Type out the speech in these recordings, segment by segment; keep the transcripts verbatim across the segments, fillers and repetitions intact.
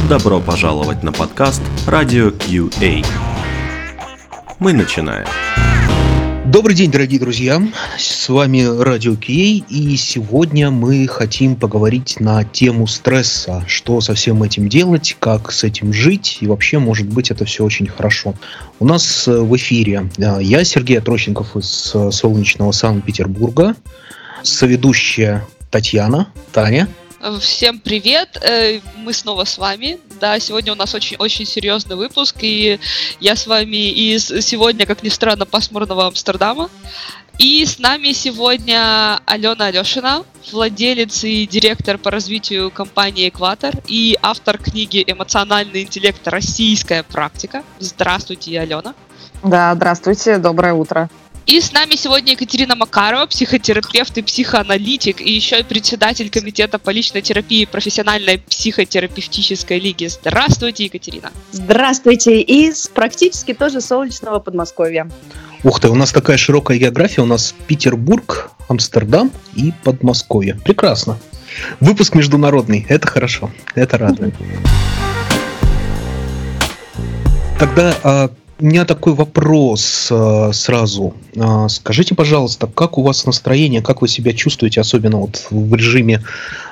Добро пожаловать на подкаст Radio кью эй. Мы начинаем. Добрый день, дорогие друзья, с вами Radio кью эй, и сегодня мы хотим поговорить на тему стресса, что со всем этим делать, как с этим жить, и вообще, может быть, это все очень хорошо. У нас в эфире я, Сергей Отрощенков из солнечного Санкт-Петербурга, соведущая Татьяна, Таня. Всем привет, мы снова с вами. Да, сегодня у нас очень-очень серьезный выпуск, и я с вами из сегодня, как ни странно, пасмурного Амстердама. И с нами сегодня Алена Алешина, владелец и директор по развитию компании «Экватор» и автор книги «Эмоциональный интеллект. Российская практика». Здравствуйте, Алена. Да, здравствуйте, доброе утро. И с нами сегодня Екатерина Макарова, психотерапевт и психоаналитик, и еще и председатель комитета по личной терапии профессиональной психотерапевтической лиги. Здравствуйте, Екатерина. Здравствуйте, из практически тоже солнечного Подмосковья. Ух ты, у нас такая широкая география, у нас Петербург, Амстердам и Подмосковье. Прекрасно. Выпуск международный, это хорошо, это радует. Тогда... У меня такой вопрос э, сразу. Э, скажите, пожалуйста, как у вас настроение, как вы себя чувствуете, особенно вот в режиме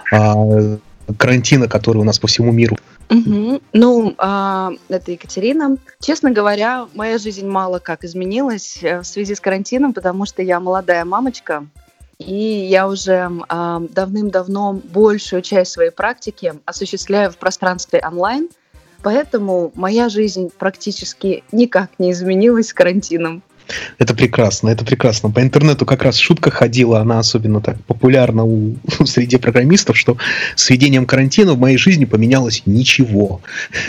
э, карантина, который у нас по всему миру? Угу. Ну, э, это Екатерина. Честно говоря, моя жизнь мало как изменилась в связи с карантином, потому что я молодая мамочка, и я уже э, давным-давно большую часть своей практики осуществляю в пространстве онлайн. Поэтому моя жизнь практически никак не изменилась с карантином. Это прекрасно, это прекрасно. По интернету как раз шутка ходила, она особенно так популярна у, среди программистов, что с введением карантина в моей жизни поменялось ничего.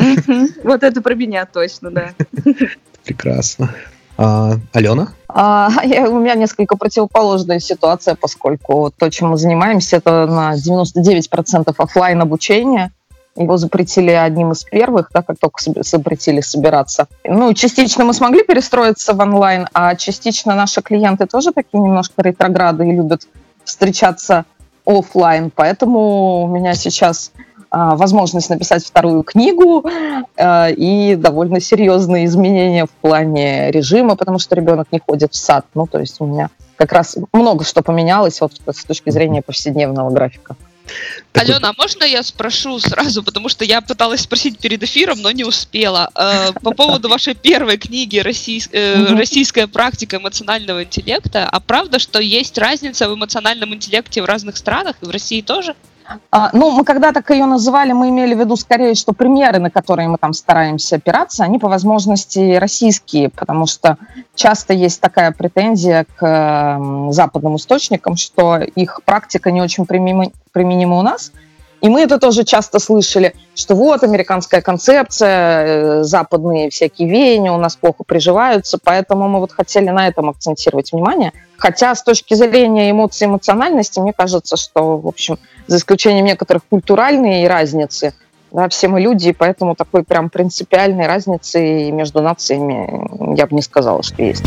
Вот это про меня точно, да. Прекрасно. А, Алена? А, я, у меня несколько противоположная ситуация, поскольку то, чем мы занимаемся, это на девяносто девять процентов офлайн обучения. Его запретили одним из первых, да, как только запретили собираться. Ну, частично мы смогли перестроиться в онлайн, а частично наши клиенты тоже такие немножко ретрограды и любят встречаться офлайн. Поэтому у меня сейчас а, возможность написать вторую книгу а, и довольно серьезные изменения в плане режима, потому что ребенок не ходит в сад. Ну, то есть у меня как раз много что поменялось вот, с точки зрения повседневного графика. Такой... Алена, а можно я спрошу сразу, потому что я пыталась спросить перед эфиром, но не успела. Э, по поводу вашей первой книги «Российс... э, «Российская практика эмоционального интеллекта», а правда, что есть разница в эмоциональном интеллекте в разных странах и в России тоже? А, ну, мы когда так ее называли, мы имели в виду скорее, что примеры, на которые мы там стараемся опираться, они по возможности российские, потому что часто есть такая претензия к э, западным источникам, что их практика не очень применима, применима у нас. И мы это тоже часто слышали, что вот американская концепция, э, западные всякие веяния у нас плохо приживаются, поэтому мы вот хотели на этом акцентировать внимание. Хотя с точки зрения эмоций и эмоциональности, мне кажется, что, в общем, за исключением некоторых культуральной разницы, да, все мы люди, и поэтому такой прям принципиальной разницы между нациями я бы не сказала, что есть.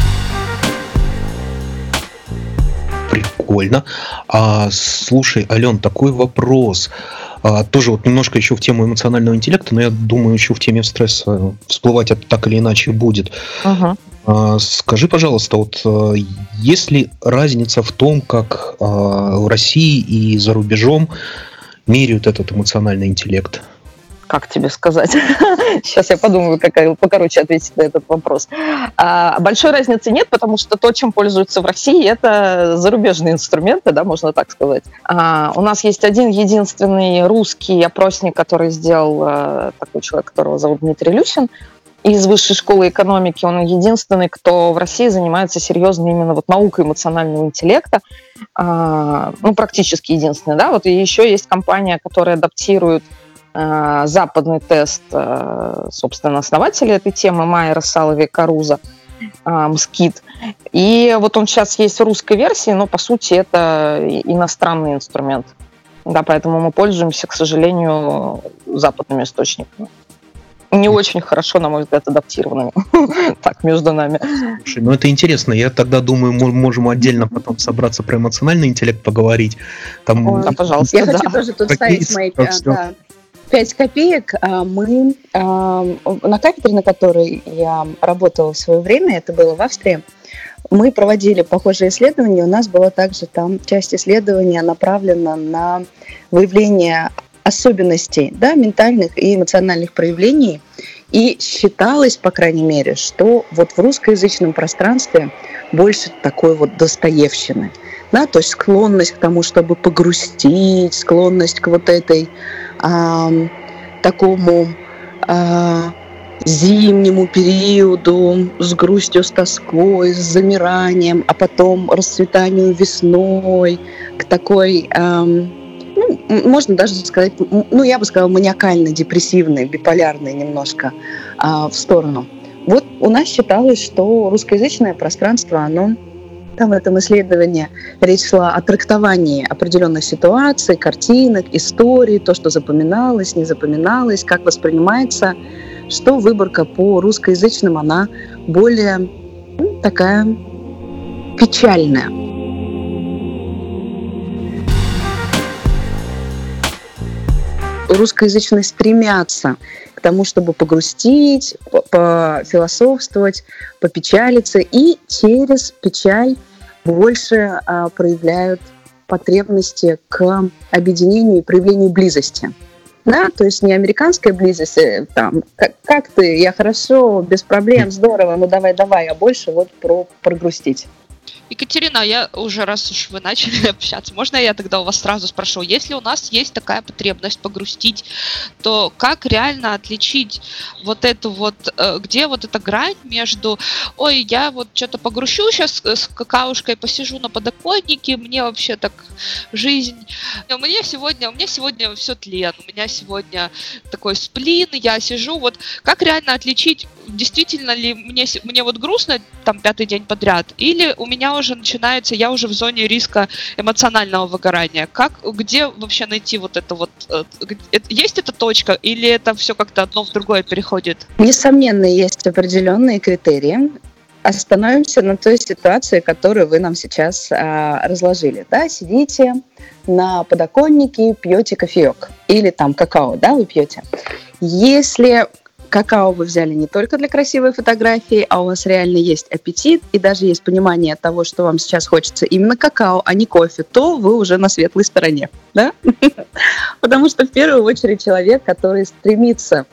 Прикольно. А, слушай, Ален, такой вопрос. А, тоже вот немножко еще в тему эмоционального интеллекта, но я думаю, еще в теме стресса всплывать это так или иначе будет. Uh-huh. А, скажи, пожалуйста, вот есть ли разница в том, как а, в России и за рубежом меряют этот эмоциональный интеллект? Как тебе сказать? Сейчас я подумаю, как покороче ответить на этот вопрос. А, большой разницы нет, потому что то, чем пользуются в России, это зарубежные инструменты, да, можно так сказать. А, у нас есть один единственный русский опросник, который сделал а, такой человек, которого зовут Дмитрий Люсин, из Высшей школы экономики. Он единственный, кто в России занимается серьезно именно вот наукой эмоционального интеллекта. А, ну, практически единственный, да. Вот и еще есть компания, которая адаптирует западный тест, собственно, основателя этой темы Майера Салови Каруза, Мскит. И вот он сейчас есть в русской версии, но, по сути, это иностранный инструмент. Да, поэтому мы пользуемся, к сожалению, западными источниками. Не очень хорошо, на мой взгляд, адаптированными. Так, между нами. Слушай, ну это интересно. Я тогда думаю, мы можем отдельно потом собраться про эмоциональный интеллект поговорить. Там... Да, пожалуйста, Я да. хочу тоже тут ставить мои... Да. пять копеек а, мы а, на кафедре, на которой я работала в свое время, это было в Австрии, мы проводили похожие исследования. У нас была также там часть исследования направлена на выявление особенностей, да, ментальных и эмоциональных проявлений. И считалось, по крайней мере, что вот в русскоязычном пространстве больше такой вот достоевщины. Да, то есть склонность к тому, чтобы погрустить, склонность к вот этой а, такому а, зимнему периоду с грустью, с тоской, с замиранием, а потом расцветанию весной, к такой, а, ну, можно даже сказать, ну, я бы сказала, маниакально-депрессивной, биполярной немножко а, в сторону. Вот у нас считалось, что русскоязычное пространство, оно там в этом исследовании речь шла о трактовании определенных ситуаций, картинок, историй, то, что запоминалось, не запоминалось, как воспринимается, что выборка по русскоязычным, она более ну, такая печальная. Русскоязычные стремятся к тому, чтобы погрустить, пофилософствовать, попечалиться, и через печаль больше а, проявляют потребности к объединению и проявлению близости. Да, то есть не американская близость, там, как, как ты, я хорошо, без проблем, здорово, ну давай-давай, а больше вот про прогрустить. Екатерина, я уже, раз уж вы начали общаться, можно я тогда у вас сразу спрошу, если у нас есть такая потребность погрустить, то как реально отличить вот эту вот, где вот эта грань между, ой, я вот что-то погрущу сейчас с какаушкой, посижу на подоконнике, мне вообще так жизнь, у меня сегодня, у меня сегодня все тлен, у меня сегодня такой сплин, я сижу, вот как реально отличить, действительно ли мне, мне вот грустно там пятый день подряд, или у меня уже начинается, я уже в зоне риска эмоционального выгорания. Как, где вообще найти вот это вот, есть эта точка, или это все как-то одно в другое переходит? Несомненно, есть определенные критерии. Остановимся на той ситуации, которую вы нам сейчас а, разложили. Да? Сидите на подоконнике, пьете кофеек, или там какао, да, вы пьете. Если какао вы взяли не только для красивой фотографии, а у вас реально есть аппетит и даже есть понимание того, что вам сейчас хочется именно какао, а не кофе, то вы уже на светлой стороне, да? Потому что в первую очередь человек, который стремится,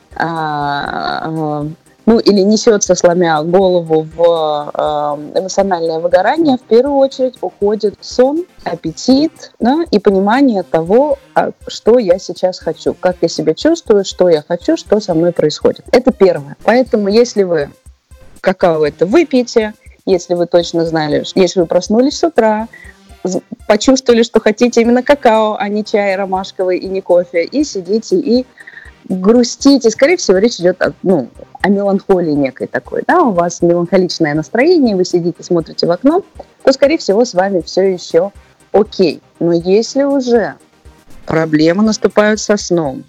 ну или несется, сломя голову в эмоциональное выгорание, в первую очередь уходит сон, аппетит, да, и понимание того, что я сейчас хочу, как я себя чувствую, что я хочу, что со мной происходит. Это первое. Поэтому если вы какао это выпьете, если вы точно знали, если вы проснулись с утра, почувствовали, что хотите именно какао, а не чай ромашковый и не кофе, и сидите и грустите. Скорее всего, речь идет о, ну, о меланхолии некой такой. Да? У вас меланхоличное настроение, вы сидите, смотрите в окно, то, скорее всего, с вами все еще окей. Но если уже проблемы наступают со сном,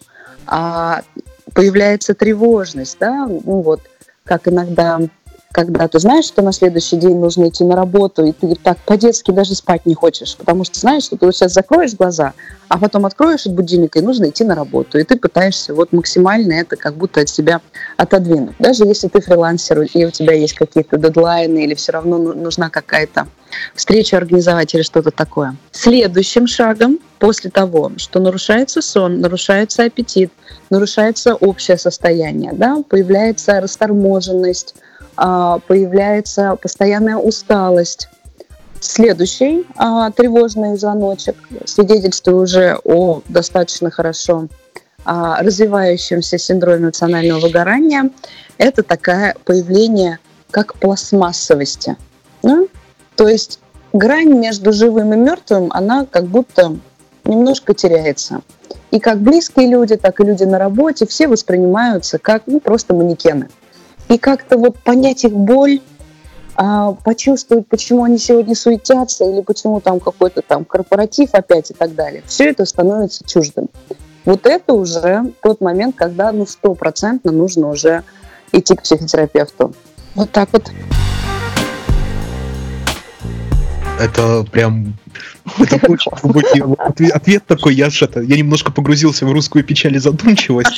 а появляется тревожность, да, ну вот, как иногда, когда ты знаешь, что на следующий день нужно идти на работу, и ты так по-детски даже спать не хочешь, потому что знаешь, что ты вот сейчас закроешь глаза, а потом откроешь от будильника, и нужно идти на работу, и ты пытаешься вот максимально это как будто от себя отодвинуть. Даже если ты фрилансер, и у тебя есть какие-то дедлайны, или все равно нужна какая-то встречу организовать или что-то такое. Следующим шагом, после того, что нарушается сон, нарушается аппетит, нарушается общее состояние, да, появляется расторможенность, появляется постоянная усталость. Следующий а, тревожный звоночек, свидетельствует уже о достаточно хорошо а, развивающемся синдроме эмоционального выгорания, это такое появление как пластмассовости. Да? То есть грань между живым и мертвым, она как будто немножко теряется. И как близкие люди, так и люди на работе, все воспринимаются как ну, просто манекены. И как-то вот понять их боль, а, почувствовать, почему они сегодня суетятся, или почему там какой-то там корпоратив опять и так далее. Все это становится чуждым. Вот это уже тот момент, когда ну стопроцентно нужно уже идти к психотерапевту. Вот так вот. Это прям Это очень глубокий ответ, ответ такой. Я, ж это, я немножко погрузился в русскую печаль и задумчивость.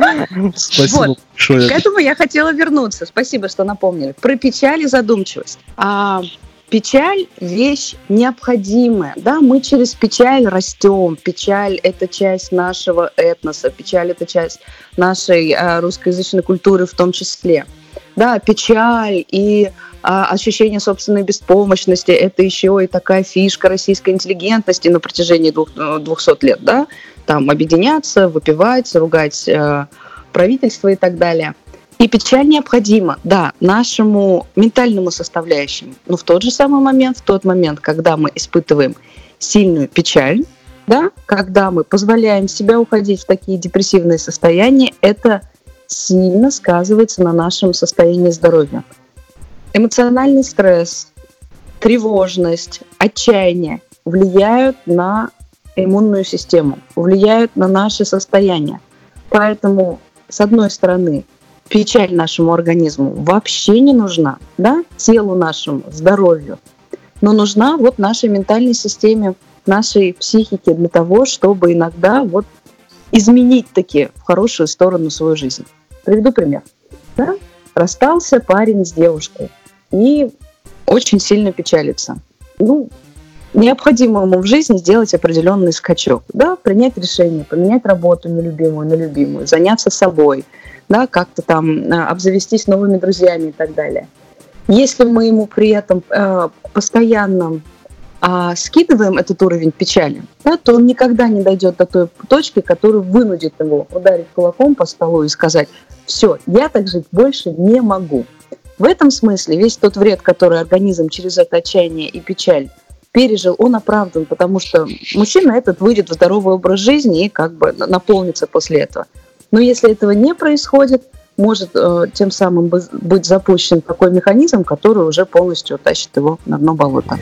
Спасибо Вот. большое. К этому я хотела вернуться. Спасибо, что напомнили. Про печаль и задумчивость. А, печаль – вещь необходимая. Да? Мы через печаль растем. Печаль – это часть нашего этноса. Печаль – это часть нашей а, русскоязычной культуры в том числе. Да, печаль и а, ощущение собственной беспомощности – это еще и такая фишка российской интеллигентности на протяжении двух, двухсот лет. Да? Там объединяться, выпивать, ругать э, правительство и так далее. И печаль необходима, да, нашему ментальному составляющему. Но в тот же самый момент, в тот момент, когда мы испытываем сильную печаль, да, когда мы позволяем себе уходить в такие депрессивные состояния, это сильно сказывается на нашем состоянии здоровья. Эмоциональный стресс, тревожность, отчаяние влияют на иммунную систему, влияют на наше состояние. Поэтому, с одной стороны, печаль нашему организму вообще не нужна, да, телу нашему, здоровью, но нужна вот нашей ментальной системе, нашей психике для того, чтобы иногда вот изменить таки в хорошую сторону свою жизнь. Приведу пример. Да? Расстался парень с девушкой и очень сильно печалится. Ну, необходимо ему в жизни сделать определенный скачок, да? Принять решение, поменять работу нелюбимую на любимую, заняться собой, да? Как-то там обзавестись новыми друзьями и так далее. Если мы ему при этом э, постоянно а скидываем этот уровень печали, да, то он никогда не дойдет до той точки, которая вынудит его ударить кулаком по столу и сказать: все, я так жить больше не могу. В этом смысле весь тот вред, который организм через это отчаяние и печаль пережил, он оправдан, потому что мужчина этот выйдет в здоровый образ жизни и как бы наполнится после этого. Но если этого не происходит, может э, тем самым быть запущен такой механизм, который уже полностью тащит его на дно болота.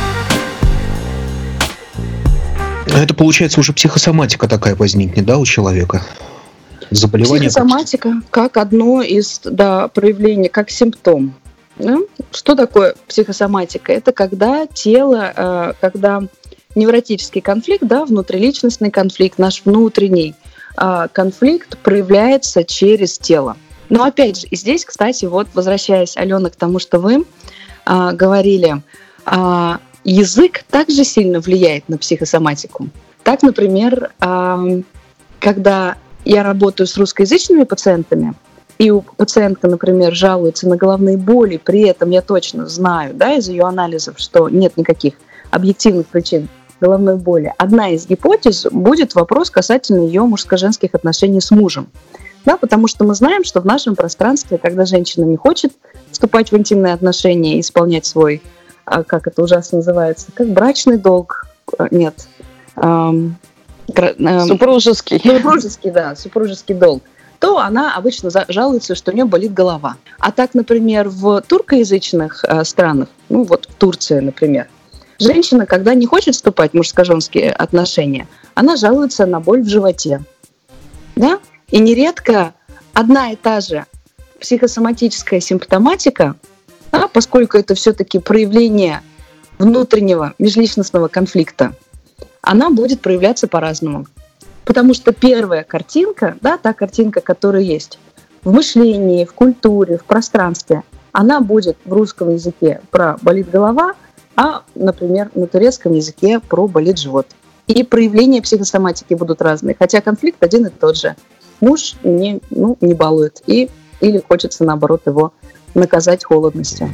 Это, получается, уже психосоматика такая возникнет, да, у человека? Заболевание. Психосоматика как одно из, да, проявлений, как симптом. Да? Что такое психосоматика? Это когда тело, э, когда невротический конфликт, да, внутриличностный конфликт, наш внутренний э, конфликт проявляется через тело. Но опять же, и здесь, кстати, вот возвращаясь, Алена, к тому, что вы э, говорили, э, язык также сильно влияет на психосоматику. Так, например, когда я работаю с русскоязычными пациентами, и у пациентка, например, жалуется на головные боли, при этом я точно знаю, да, из ее анализов, что нет никаких объективных причин головной боли. Одна из гипотез будет вопрос касательно ее мужско-женских отношений с мужем. Да, потому что мы знаем, что в нашем пространстве, когда женщина не хочет вступать в интимные отношения и исполнять свой, как это ужасно называется, как брачный долг, нет, эм, эм, Супружеский. Супружеский, да, супружеский долг, то она обычно жалуется, что у нее болит голова. А так, например, в туркоязычных э, странах, ну вот в Турции, например, женщина, когда не хочет вступать в мужско-женские отношения, она жалуется на боль в животе. Да? И нередко одна и та же психосоматическая симптоматика, да, поскольку это все-таки проявление внутреннего межличностного конфликта, она будет проявляться по-разному. Потому что первая картинка, да, та картинка, которая есть в мышлении, в культуре, в пространстве, она будет в русском языке про болит голова, а, например, на турецком языке про болит живот. И проявления психосоматики будут разные, хотя конфликт один и тот же. Муж не, ну, не балует, и, или хочется, наоборот, его наказать холодностью.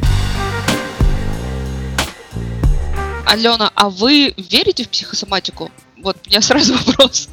Алена, а вы верите в психосоматику? Вот у меня сразу вопрос.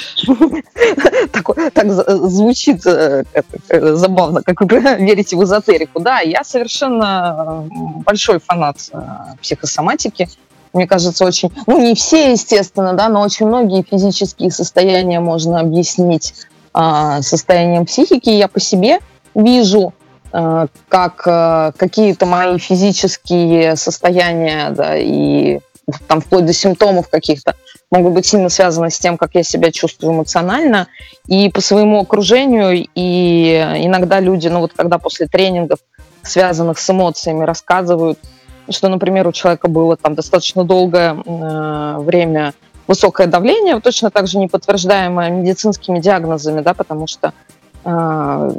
Так звучит забавно, как вы верите в эзотерику. Да, я совершенно большой фанат психосоматики. Мне кажется, очень... Ну, не все, естественно, да, но очень многие физические состояния можно объяснить состоянием психики. Я по себе вижу, как какие-то мои физические состояния, да, и там вплоть до симптомов каких-то могут быть сильно связаны с тем, как я себя чувствую эмоционально, и по своему окружению, и иногда люди, ну вот когда после тренингов, связанных с эмоциями, рассказывают что, например, у человека было там достаточно долгое э, время высокое давление, точно так же не подтверждаемое медицинскими диагнозами, да, потому что э,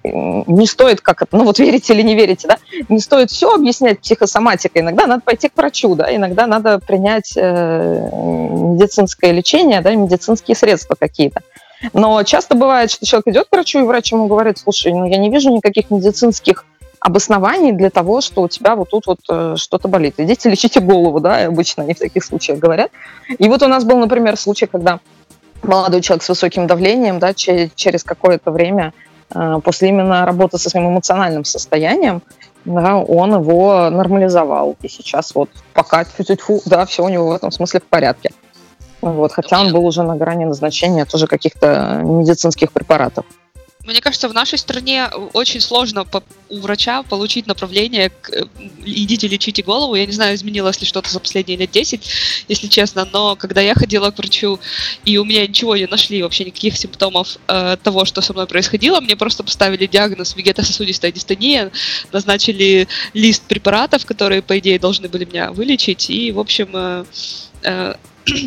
не стоит, как это, ну вот верите или не верите, да, не стоит все объяснять психосоматикой, иногда надо пойти к врачу, да, иногда надо принять э, медицинское лечение, да, медицинские средства какие-то. Но часто бывает, что человек идет к врачу, и врач ему говорит: слушай, ну я не вижу никаких медицинских обоснований для того, что у тебя вот тут вот э, что-то болит. Идите лечите голову, да, и обычно они в таких случаях говорят. И вот у нас был, например, случай, когда молодой человек с высоким давлением, да, че- через какое-то время, э, после именно работы со своим эмоциональным состоянием, да, он его нормализовал. И сейчас вот пока тьфу-тьфу, да, все у него в этом смысле в порядке. Вот, хотя он был уже на грани назначения тоже каких-то медицинских препаратов. Мне кажется, в нашей стране очень сложно по- у врача получить направление к э, идите лечите голову. Я не знаю, изменилось ли что-то за последние лет десять, если честно, но когда я ходила к врачу, и у меня ничего не нашли, вообще никаких симптомов э, того, что со мной происходило, мне просто поставили диагноз вегетососудистая дистония, назначили лист препаратов, которые, по идее, должны были меня вылечить, и, в общем... Э, э,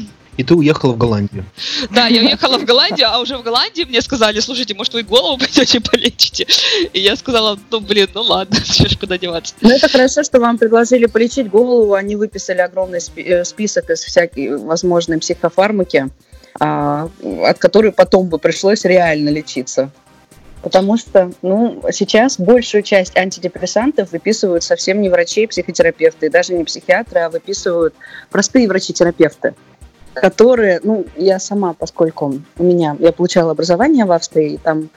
И ты уехала в Голландию. Да, я уехала в Голландию, а уже в Голландии мне сказали: слушайте, может, вы голову пойдете полечите? И я сказала: ну, блин, ну ладно, что ж, куда деваться. Ну, это хорошо, что вам предложили полечить голову, они выписали огромный спи- список из всякой возможной психофармаки, а, от которой потом бы пришлось реально лечиться. Потому что, ну, сейчас большую часть антидепрессантов выписывают совсем не врачи и психотерапевты, и даже не психиатры, а выписывают простые врачи-терапевты, которые, ну, я сама, поскольку у меня, я получала образование в Австрии, и там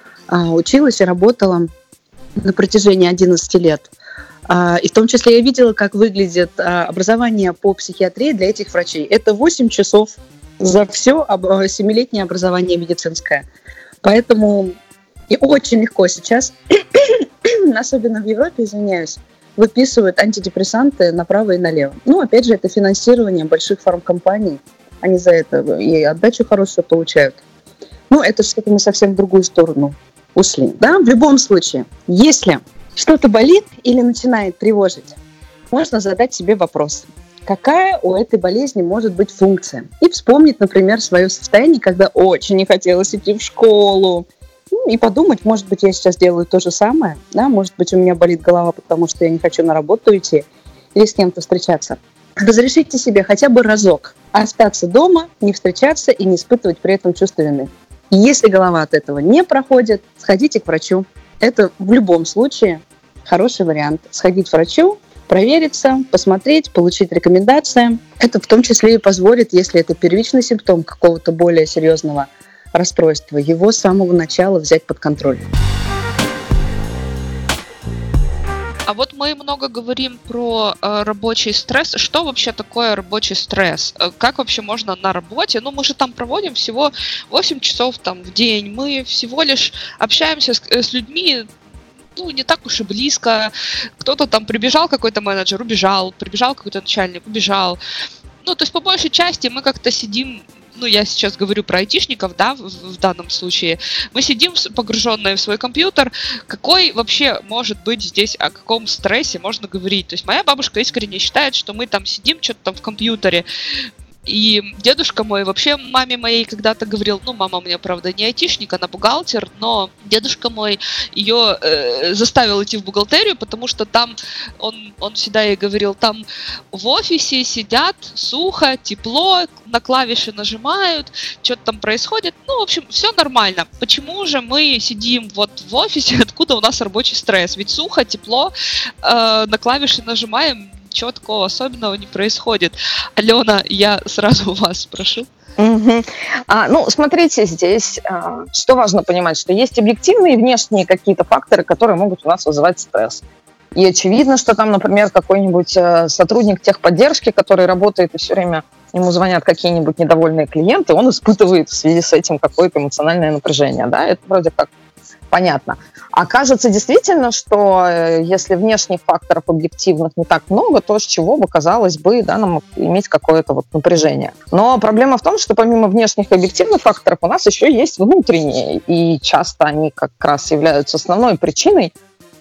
а, училась и работала на протяжении одиннадцати лет. А, и в том числе я видела, как выглядит а, образование по психиатрии для этих врачей. Это восемь часов за все об, семилетнее образование медицинское. Поэтому и очень легко сейчас, особенно в Европе, извиняюсь, выписывают антидепрессанты направо и налево. Ну, опять же, это финансирование больших фармкомпаний. Они за это и отдачу хорошую получают. Ну, это все-таки мы совсем в другую сторону ушли. Да? В любом случае, если что-то болит или начинает тревожить, можно задать себе вопрос: какая у этой болезни может быть функция? И вспомнить, например, свое состояние, когда очень не хотелось идти в школу, и подумать, может быть, я сейчас делаю то же самое, да, может быть, у меня болит голова, потому что я не хочу на работу идти или с кем-то встречаться. Разрешите себе хотя бы разок остаться дома, не встречаться и не испытывать при этом чувство вины. И если голова от этого не проходит, сходите к врачу. Это в любом случае хороший вариант. Сходить к врачу, провериться, посмотреть, получить рекомендации. Это в том числе и позволит, если это первичный симптом какого-то более серьезного расстройства, его с самого начала взять под контроль. А вот мы много говорим про э, рабочий стресс. Что вообще такое рабочий стресс? Э, Как вообще можно на работе? Ну, мы же там проводим всего восемь часов там, в день. Мы всего лишь общаемся с, э, с людьми, ну, не так уж и близко. Кто-то там прибежал, какой-то менеджер, убежал. Прибежал какой-то начальник, убежал. Ну, то есть, по большей части мы как-то сидим. Ну, я сейчас говорю про айтишников, да, в, в данном случае. Мы сидим погруженные в свой компьютер. Какой вообще может быть здесь, о каком стрессе можно говорить? То есть моя бабушка искренне считает, что мы там сидим, что-то там в компьютере. И дедушка мой вообще маме моей когда-то говорил, ну, мама у меня, правда, не айтишник, она бухгалтер, но дедушка мой ее э, заставил идти в бухгалтерию, потому что там, он, он всегда ей говорил, там в офисе сидят сухо, тепло, на клавиши нажимают, что-то там происходит, ну, в общем, все нормально. Почему же мы сидим вот в офисе, откуда у нас рабочий стресс? Ведь сухо, тепло, э, на клавиши нажимаем, ничего такого особенного не происходит. Алена, я сразу у вас спрошу. Угу. А, ну, смотрите, здесь а, что важно понимать, что есть объективные и внешние какие-то факторы, которые могут у нас вызывать стресс. И очевидно, что там, например, какой-нибудь а, сотрудник техподдержки, который работает и все время ему звонят какие-нибудь недовольные клиенты, он испытывает в связи с этим какое-то эмоциональное напряжение. Да? Это вроде как понятно. А кажется действительно, что э, если внешних факторов объективных не так много, то с чего бы, казалось бы, да, нам иметь какое-то вот напряжение. Но проблема в том, что помимо внешних и объективных факторов у нас еще есть внутренние, и часто они как раз являются основной причиной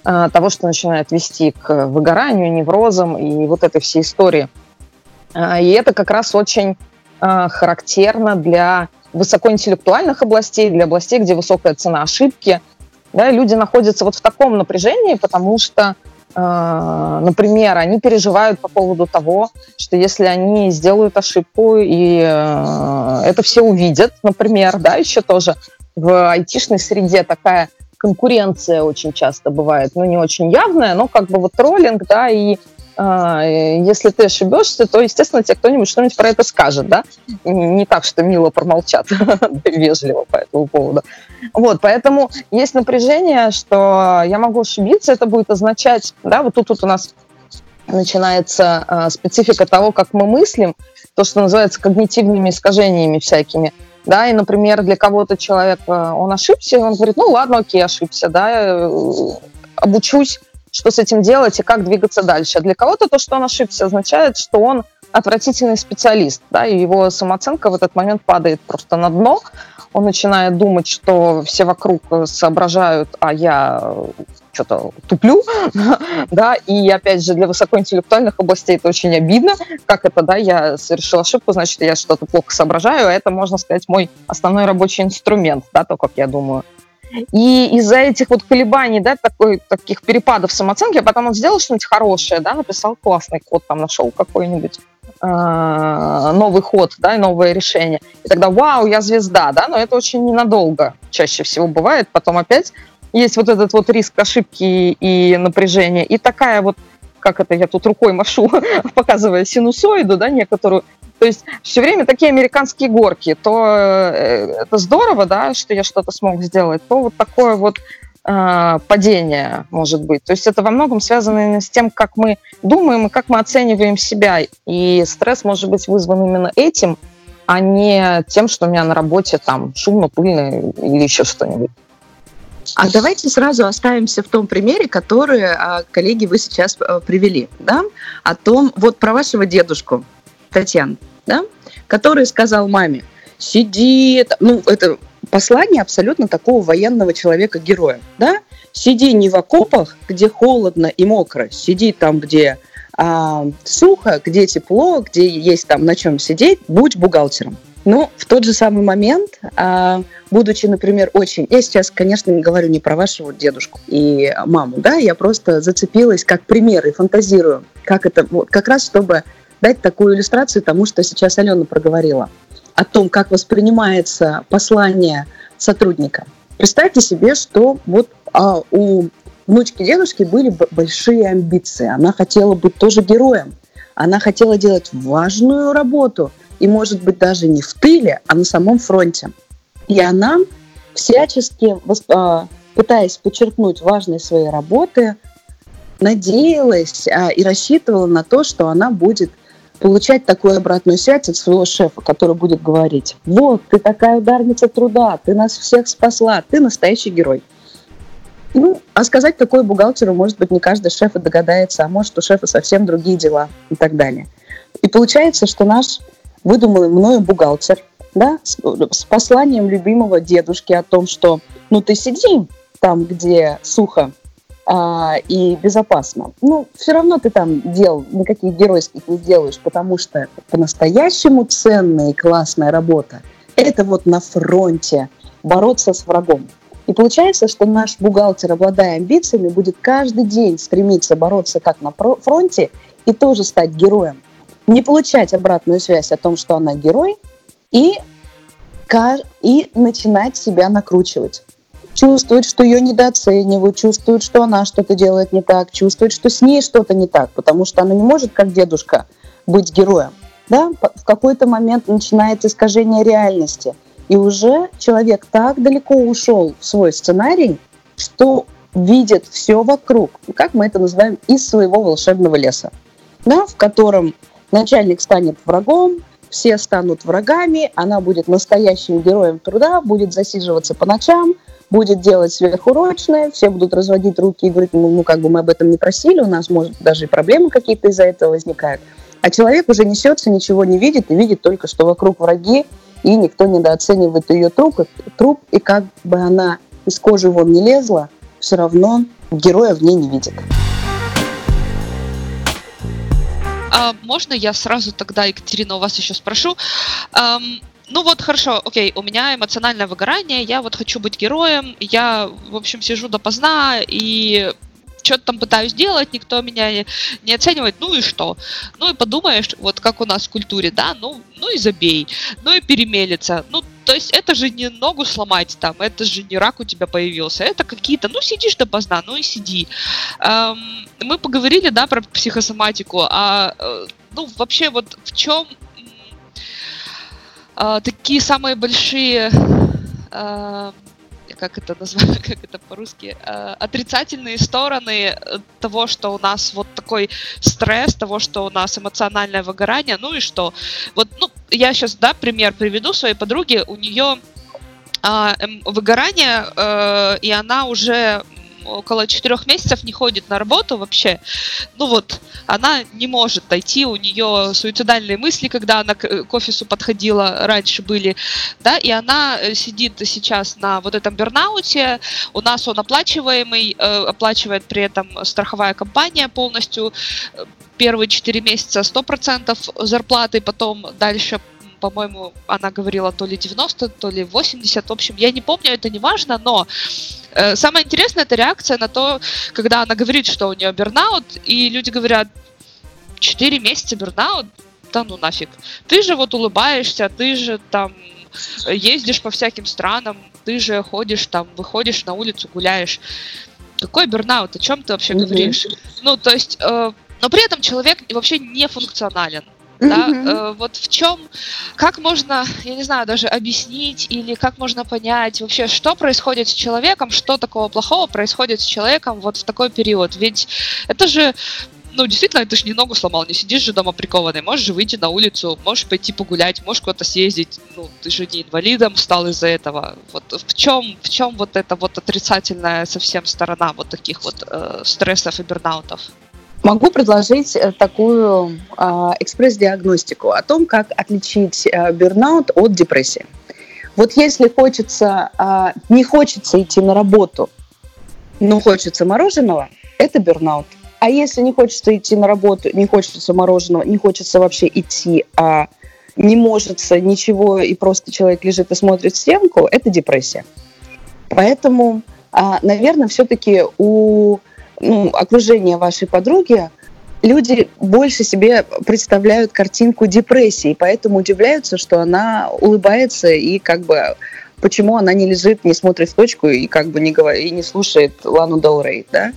а, того, что начинает вести к выгоранию, неврозам и вот этой всей истории. А, и это как раз очень а, характерно для высокоинтеллектуальных областей, для областей, где высокая цена ошибки. Да, люди находятся вот в таком напряжении, потому что, э, например, они переживают по поводу того, что если они сделают ошибку, и э, это все увидят, например, да, еще тоже в айтишной среде такая конкуренция очень часто бывает, ну, не очень явная, но как бы вот троллинг, да, и э, если ты ошибешься, то, естественно, тебе кто-нибудь что-нибудь про это скажет, да, не так, что мило промолчат, вежливо по этому поводу. Вот, поэтому есть напряжение, что я могу ошибиться, это будет означать, да, вот тут вот у нас начинается э, специфика того, как мы мыслим, то, что называется когнитивными искажениями всякими, да, и, например, для кого-то человек, э, он ошибся, и он говорит, ну, ладно, окей, ошибся, да, э, обучусь, что с этим делать и как двигаться дальше. А для кого-то то, что он ошибся, означает, что он отвратительный специалист, да, и его самооценка в этот момент падает просто на дно, он начинает думать, что все вокруг соображают, а я что-то туплю, да, и опять же для высокоинтеллектуальных областей это очень обидно, как это, да, я совершил ошибку, значит, я что-то плохо соображаю, а это, можно сказать, мой основной рабочий инструмент, да, то, как я думаю. И из-за этих вот колебаний, да, такой, таких перепадов самооценки, а потом он сделал что-нибудь хорошее, да, написал классный код, там нашел какой-нибудь новый ход, да, и новое решение. И тогда, вау, я звезда, да, но это очень ненадолго чаще всего бывает. Потом опять есть вот этот вот риск ошибки и напряжения. И такая вот, как это, я тут рукой машу, показывая синусоиду, да, некоторую. То есть все время такие американские горки. То это здорово, да, что я что-то смог сделать, то вот такое вот падение может быть. То есть это во многом связано с тем, как мы думаем и как мы оцениваем себя. И стресс может быть вызван именно этим, а не тем, что у меня на работе там шумно, пыльно или еще что-нибудь. А давайте сразу оставимся в том примере, который, коллеги, вы сейчас привели, да? О том, вот про вашего дедушку, Татьяна, да? Который сказал маме, сиди, ну, это послание абсолютно такого военного человека-героя, да? Сиди не в окопах, где холодно и мокро, сиди там, где а, сухо, где тепло, где есть там на чем сидеть, будь бухгалтером. Но в тот же самый момент, а, будучи, например, очень... Я сейчас, конечно, говорю не про вашего дедушку и маму, да, я просто зацепилась как пример и фантазирую, как это, вот, как раз чтобы дать такую иллюстрацию тому, что сейчас Алена проговорила, о том, как воспринимается послание сотрудника. Представьте себе, что вот а, у внучки дедушки были большие амбиции. Она хотела быть тоже героем. Она хотела делать важную работу. И, может быть, даже не в тыле, а на самом фронте. И она всячески, пытаясь подчеркнуть важность своей работы, надеялась и рассчитывала на то, что она будет получать такую обратную связь от своего шефа, который будет говорить: вот, ты такая ударница труда, ты нас всех спасла, ты настоящий герой. Ну, а сказать такое бухгалтеру, может быть, не каждый шеф и догадается, а может, у шефа совсем другие дела и так далее. И получается, что наш выдуманный мною бухгалтер, да, с, с посланием любимого дедушки о том, что ну ты сиди там, где сухо, А, и безопасно. Ну, все равно ты там дел никаких геройских не делаешь, потому что по-настоящему ценная и классная работа – это вот на фронте бороться с врагом. И получается, что наш бухгалтер, обладая амбициями, будет каждый день стремиться бороться как на фронте и тоже стать героем. Не получать обратную связь о том, что она герой, и, и начинать себя накручивать. Чувствует, что ее недооценивают, чувствует, что она что-то делает не так, чувствует, что с ней что-то не так, потому что она не может, как дедушка, быть героем. Да? В какой-то момент начинается искажение реальности, и уже человек так далеко ушел в свой сценарий, что видит все вокруг, как мы это называем, из своего волшебного леса, да? В котором начальник станет врагом, все станут врагами, она будет настоящим героем труда, будет засиживаться по ночам, будет делать сверхурочное, все будут разводить руки и говорить, ну, ну как бы мы об этом не просили, у нас, может, даже и проблемы какие-то из-за этого возникают. А человек уже несется, ничего не видит, и видит только, что вокруг враги, и никто недооценивает ее труп, труп, и как бы она из кожи вон не лезла, все равно героя в ней не видит. А можно я сразу тогда, Екатерина, у вас еще спрошу? Ам, ну вот, хорошо, окей, у меня эмоциональное выгорание, я вот хочу быть героем, я, в общем, сижу допоздна и что-то там пытаюсь делать, никто меня не, не оценивает, ну и что? Ну и подумаешь, вот как у нас в культуре, да, ну, ну и забей, ну и перемелется, ну, то есть это же не ногу сломать там, это же не рак у тебя появился, это какие-то, ну сидишь допоздна, ну и сиди. Эм, мы поговорили, да, про психосоматику, а, э, ну, вообще вот в чем э, такие самые большие... Э, как это назвать, как это по-русски, э, отрицательные стороны того, что у нас вот такой стресс, того, что у нас эмоциональное выгорание, ну и что. Вот, ну, я сейчас, да, пример приведу своей подруги, у нее э, выгорание, э, и она уже около четырех месяцев не ходит на работу вообще. Ну вот, она не может дойти, у нее суицидальные мысли, когда она к, к офису подходила, раньше были, да, и она сидит сейчас на вот этом бернауте, у нас он оплачиваемый, э, оплачивает при этом страховая компания полностью, первые четыре месяца сто процентов зарплаты, потом дальше, по-моему, она говорила то ли девяносто, то ли восемьдесят, в общем, я не помню, это не важно, но э, самое интересное, это реакция на то, когда она говорит, что у нее бернаут, и люди говорят, четыре месяца бернаут, да ну нафиг, ты же вот улыбаешься, ты же там ездишь по всяким странам, ты же ходишь там, выходишь на улицу, гуляешь, какой бернаут, о чем ты вообще mm-hmm. говоришь? Ну, то есть, э, но при этом человек вообще не функционален. Да, Mm-hmm. э, вот в чем, как можно, я не знаю, даже объяснить или как можно понять вообще, что происходит с человеком, что такого плохого происходит с человеком вот в такой период, ведь это же, ну, действительно, ты же не ногу сломал, не сидишь же дома прикованный, можешь же выйти на улицу, можешь пойти погулять, можешь куда-то съездить, ну, ты же не инвалидом стал из-за этого, вот в чем, в чем вот эта вот отрицательная совсем сторона вот таких вот э, стрессов и бернаутов? Могу предложить такую э, экспресс-диагностику о том, как отличить э, бернаут от депрессии. Вот если хочется, э, не хочется идти на работу, но хочется мороженого, это бернаут. А если не хочется идти на работу, не хочется мороженого, не хочется вообще идти, а не может ничего, и просто человек лежит и смотрит в стенку, это депрессия. Поэтому, э, наверное, все-таки у... Ну, окружение вашей подруги, люди больше себе представляют картинку депрессии, поэтому удивляются, что она улыбается и как бы почему она не лежит, не смотрит в точку и как бы не говорит, и не слушает Лану Дель Рей, да?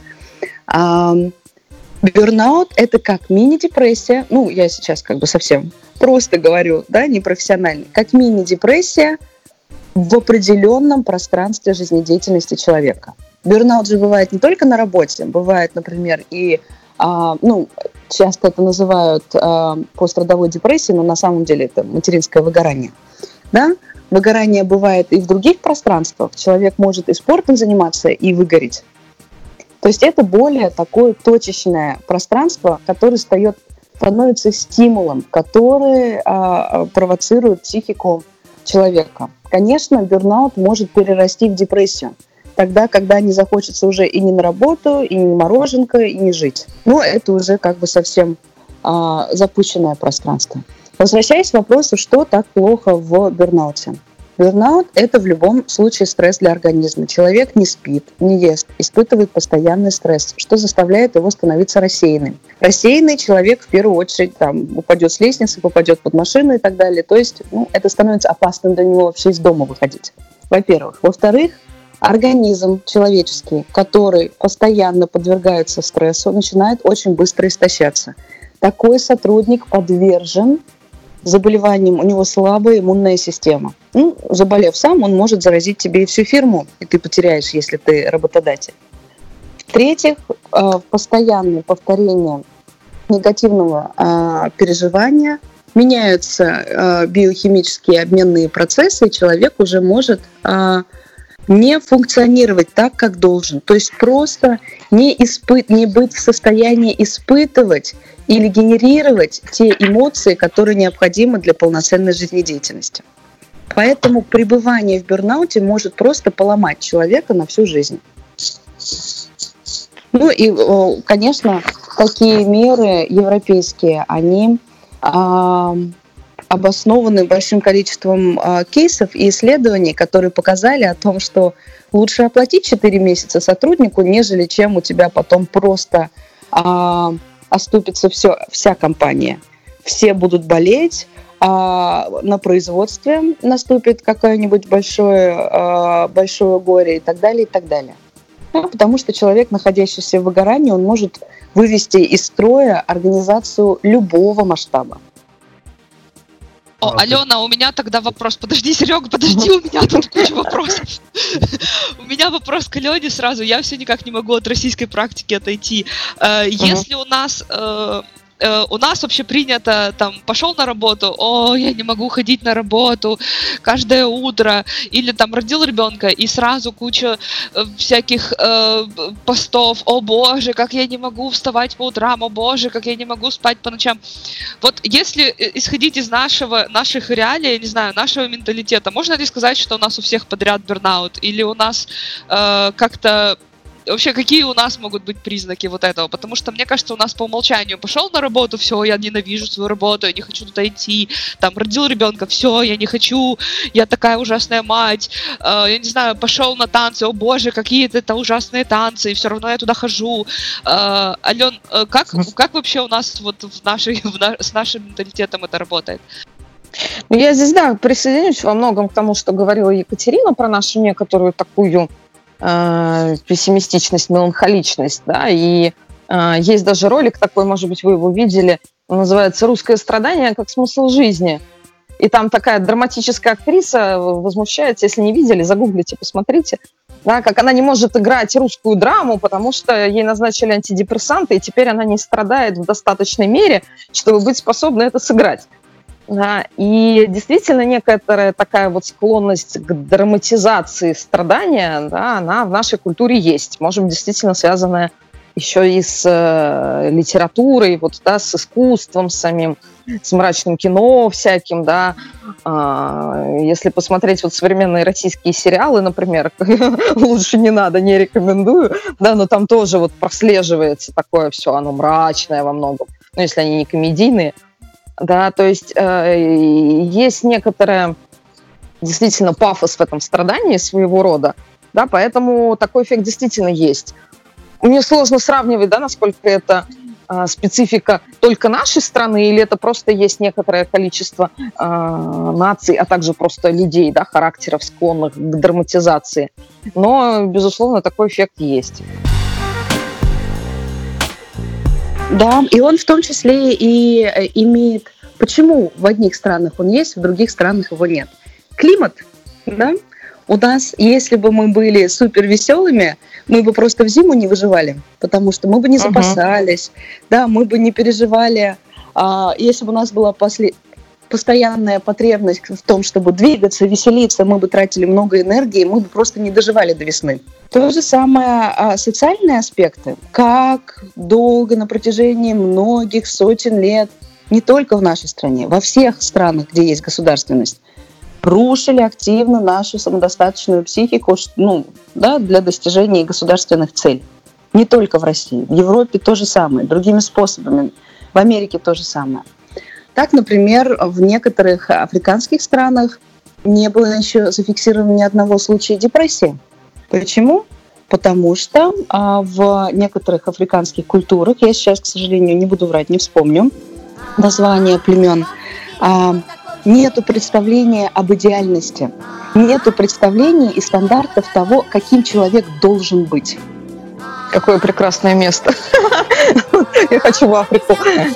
А, бернаут – это как мини-депрессия, ну, я сейчас как бы совсем просто говорю, да, непрофессионально, как мини-депрессия в определенном пространстве жизнедеятельности человека. Бернаут же бывает не только на работе, бывает, например, и, а, ну, часто это называют а, пострадовой депрессией, но на самом деле это материнское выгорание. Да? Выгорание бывает и в других пространствах. Человек может и спортом заниматься, и выгореть. То есть это более такое точечное пространство, которое стает, становится стимулом, который а, провоцирует психику человека. Конечно, бернаут может перерасти в депрессию. Тогда, когда не захочется уже и не на работу, и не мороженка, и не жить. Но это уже как бы совсем а, запущенное пространство. Возвращаясь к вопросу, что так плохо в бернауте. Бернаут – это в любом случае стресс для организма. Человек не спит, не ест, испытывает постоянный стресс, что заставляет его становиться рассеянным. Рассеянный человек в первую очередь там, упадет с лестницы, попадет под машину и так далее. То есть ну, это становится опасным для него вообще из дома выходить. Во-первых. Во-вторых, организм человеческий, который постоянно подвергается стрессу, начинает очень быстро истощаться. Такой сотрудник подвержен заболеваниям, у него слабая иммунная система. Ну, заболев сам, он может заразить тебе и всю фирму, и ты потеряешь, если ты работодатель. В-третьих, постоянное повторение негативного переживания, меняются биохимические обменные процессы, и человек уже может не функционировать так, как должен. То есть просто не, испы- не быть в состоянии испытывать или генерировать те эмоции, которые необходимы для полноценной жизнедеятельности. Поэтому пребывание в бернауте может просто поломать человека на всю жизнь. Ну и, конечно, такие меры европейские, они а, обоснованы большим количеством а, кейсов и исследований, которые показали о том, что лучше оплатить четыре месяца сотруднику, нежели чем у тебя потом просто а, оступится все, вся компания. Все будут болеть, а на производстве наступит какое-нибудь большое, а, большое горе и так далее, и так далее. Ну, потому что человек, находящийся в выгорании, он может вывести из строя организацию любого масштаба. О, Алена, у меня тогда вопрос. Подожди, Серега, подожди, у меня тут куча вопросов. У меня вопрос к Алене сразу. Я все никак не могу от российской практики отойти. Если у нас... У нас вообще принято, там, пошел на работу, о, я не могу ходить на работу каждое утро, или там родил ребенка, и сразу куча э, всяких э, постов, о боже, как я не могу вставать по утрам, о боже, как я не могу спать по ночам. Вот если исходить из нашего, наших реалий, я не знаю, нашего менталитета, можно ли сказать, что у нас у всех подряд бернаут, или у нас э, как-то... Вообще, какие у нас могут быть признаки вот этого? Потому что, мне кажется, у нас по умолчанию пошел на работу, все, я ненавижу свою работу, я не хочу туда идти, там, родил ребенка, все, я не хочу, я такая ужасная мать, э, я не знаю, пошел на танцы, о боже, какие это ужасные танцы, и все равно я туда хожу. Э, Ален, э, как, как вообще у нас вот в нашей, в на, с нашим менталитетом это работает? Я здесь, да, присоединюсь во многом к тому, что говорила Екатерина про нашу некоторую такую пессимистичность, меланхоличность, да, и э, есть даже ролик такой, может быть, вы его видели, он называется «Русское страдание как смысл жизни», и там такая драматическая актриса возмущается, если не видели, загуглите, посмотрите, да, как она не может играть русскую драму, потому что ей назначили антидепрессанты, и теперь она не страдает в достаточной мере, чтобы быть способной это сыграть. Да, и действительно некоторая такая вот склонность к драматизации страдания, да, она в нашей культуре есть. Может быть, действительно связанная еще и с э, литературой, вот, да, с искусством самим, с мрачным кино всяким, да. А, если посмотреть вот современные российские сериалы, например, лучше не надо, не рекомендую, да, но там тоже вот прослеживается такое все, оно мрачное во многом, ну, если они не комедийные. Да, то есть э, есть некоторая действительно пафос в этом страдании своего рода, да, поэтому такой эффект действительно есть. Мне сложно сравнивать, да, насколько это э, специфика только нашей страны, или это просто есть некоторое количество э, наций, а также просто людей, да, характеров, склонных к драматизации. Но, безусловно, такой эффект есть. Да, и он в том числе и имеет... Почему в одних странах он есть, в других странах его нет? Климат, да? У нас, если бы мы были супер веселыми, мы бы просто в зиму не выживали, потому что мы бы не запасались, uh-huh. да, мы бы не переживали. А, если бы у нас была после... постоянная потребность в том, чтобы двигаться, веселиться, мы бы тратили много энергии, мы бы просто не доживали до весны. То же самое а, социальные аспекты. Как долго на протяжении многих сотен лет, не только в нашей стране, во всех странах, где есть государственность, рушили активно нашу самодостаточную психику, ну, да, для достижения государственных целей. Не только в России, в Европе то же самое, другими способами, в Америке то же самое. Так, например, в некоторых африканских странах не было еще зафиксировано ни одного случая депрессии. Почему? Потому что а, в некоторых африканских культурах, я сейчас, к сожалению, не буду врать, не вспомню название племен, а, нету представления об идеальности, нету представления и стандартов того, каким человек должен быть. Какое прекрасное место. Я хочу в Африку.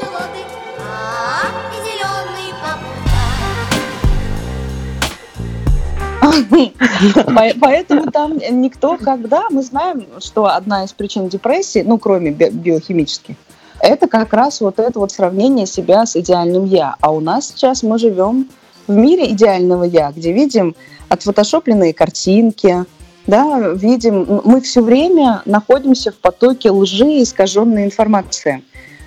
Поэтому там никто, когда мы знаем, что одна из причин депрессии, ну, кроме би- биохимических, это как раз вот это вот сравнение себя с идеальным «я». А у нас сейчас мы живем в мире идеального «я», где видим отфотошопленные картинки, да, видим, мы все время находимся в потоке лжи и искаженной информации.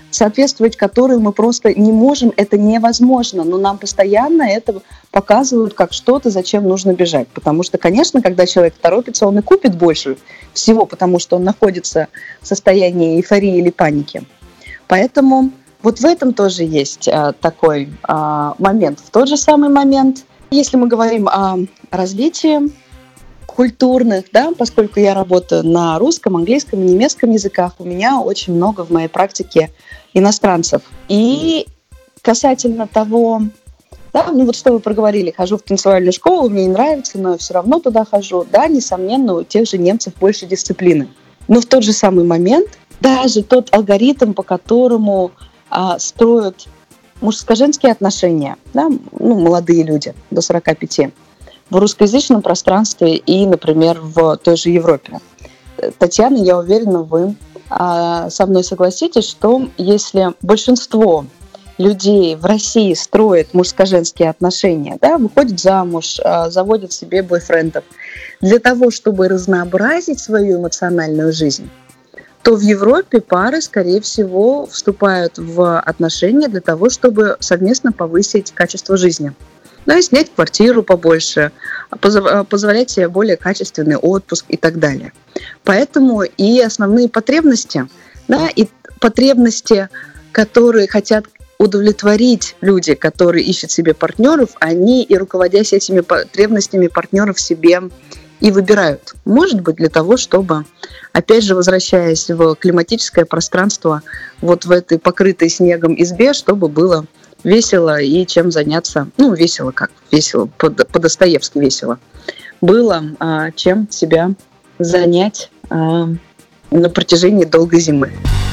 соответствовать которой мы просто не можем, это невозможно, но нам постоянно это показывают как что-то, зачем нужно бежать. Потому что, конечно, когда человек торопится, он и купит больше всего, потому что он находится в состоянии эйфории или паники. Поэтому вот в этом тоже есть а, такой а, момент. В тот же самый момент, если мы говорим о развитии культурных, да, поскольку я работаю на русском, английском и немецком языках, у меня очень много в моей практике иностранцев. И касательно того, да, ну вот что вы проговорили, хожу в танцевальную школу, мне не нравится, но я все равно туда хожу, да, несомненно, у тех же немцев больше дисциплины. Но в тот же самый момент даже тот алгоритм, по которому а, строят мужско-женские отношения, да, ну, молодые люди до сорока пяти, в русскоязычном пространстве и, например, в той же Европе. Татьяна, я уверена, вы а, со мной согласитесь, что если большинство людей в России строят мужско-женские отношения, да, выходят замуж, а, заводят себе бойфрендов, для того, чтобы разнообразить свою эмоциональную жизнь, то в Европе пары, скорее всего, вступают в отношения для того, чтобы совместно повысить качество жизни. Ну и снять квартиру побольше, позволять себе более качественный отпуск и так далее. Поэтому и основные потребности, да, и потребности, которые хотят удовлетворить люди, которые ищут себе партнеров, они и руководясь этими потребностями партнеров себе и выбирают. Может быть, для того, чтобы, опять же, возвращаясь в климатическое пространство, вот в этой покрытой снегом избе, чтобы было весело и чем заняться, ну, весело как, весело, по-достоевски весело, было а, чем себя занять а, на протяжении долгой зимы.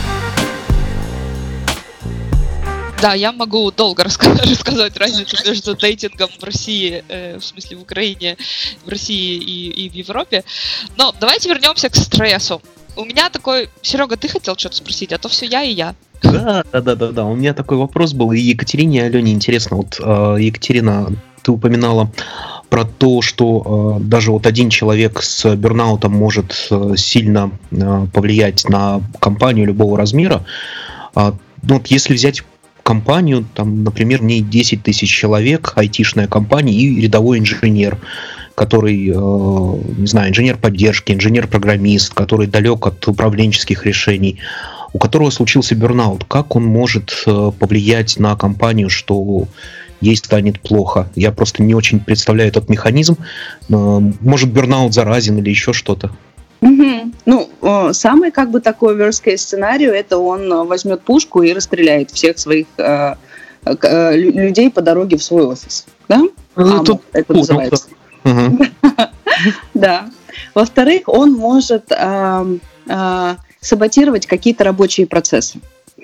Да, я могу долго рассказать, рассказывать разницу между дейтингом в России, э, в смысле в Украине, в России и, и в Европе. Но давайте вернемся к стрессу. У меня такой... Серега, ты хотел что-то спросить, а то все я и я. Да, да, да, да, да. У меня такой вопрос был. И Екатерине, и Алене интересно. Вот, э, Екатерина, ты упоминала про то, что э, даже вот один человек с бёрнаутом может э, сильно э, повлиять на компанию любого размера. Э, ну, вот если взять компанию, там, например, в ней десять тысяч человек, айтишная компания и рядовой инженер, который, э, не знаю, инженер поддержки, инженер-программист, который далек от управленческих решений, у которого случился бёрнаут, как он может э, повлиять на компанию, что ей станет плохо? Я просто не очень представляю этот механизм. Э, может, бёрнаут заразен или еще что-то? Угу. Ну, э, самый как бы такой worst case сценарий, это он возьмет пушку и расстреляет всех своих э, э, людей по дороге в свой офис. Да? Ну, а, тут... это называется. Угу. Да. Во-вторых, он может э, э, саботировать какие-то рабочие процессы.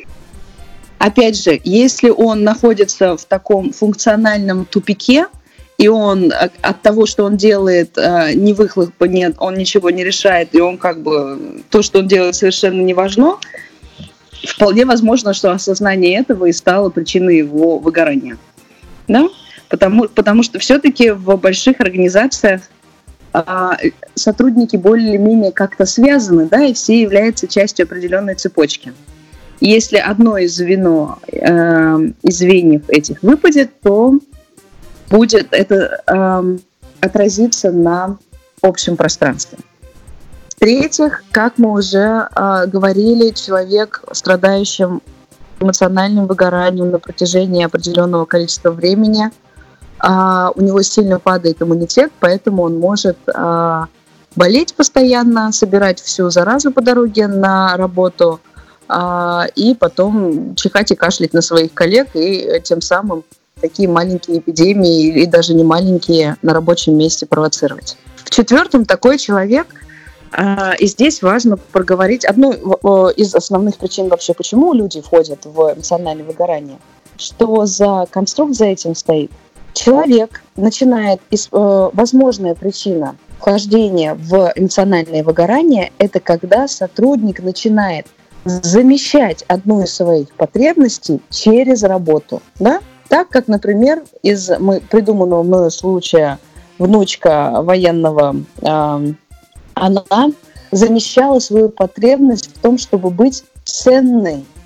Опять же, если он находится в таком функциональном тупике, и он от того, что он делает, ни выхлопа нет, он ничего не решает, и он как бы то, что он делает, совершенно не важно, вполне возможно, что осознание этого и стало причиной его выгорания. Да? Потому, потому что все-таки в больших организациях а, сотрудники более-менее как-то связаны, да, и все являются частью определенной цепочки. И если одно из звено, э, из звеньев этих выпадет, то будет это э, отразиться на общем пространстве. В-третьих, как мы уже э, говорили, человек, страдающим эмоциональным выгоранием на протяжении определенного количества времени, э, у него сильно падает иммунитет, поэтому он может э, болеть постоянно, собирать всю заразу по дороге на работу, э, и потом чихать и кашлять на своих коллег, и тем самым такие маленькие эпидемии, и даже не маленькие, на рабочем месте провоцировать. В-четвертом, такой человек, э, и здесь важно проговорить одну из основных причин вообще, почему люди входят в эмоциональное выгорание, что за конструкт за этим стоит. Человек начинает, э, возможная причина вхождения в эмоциональное выгорание, это когда сотрудник начинает замещать одну из своих потребностей через работу, да? Так как, например, из придуманного мною случая внучка военного, э, она замещала свою потребность в том, чтобы быть ценной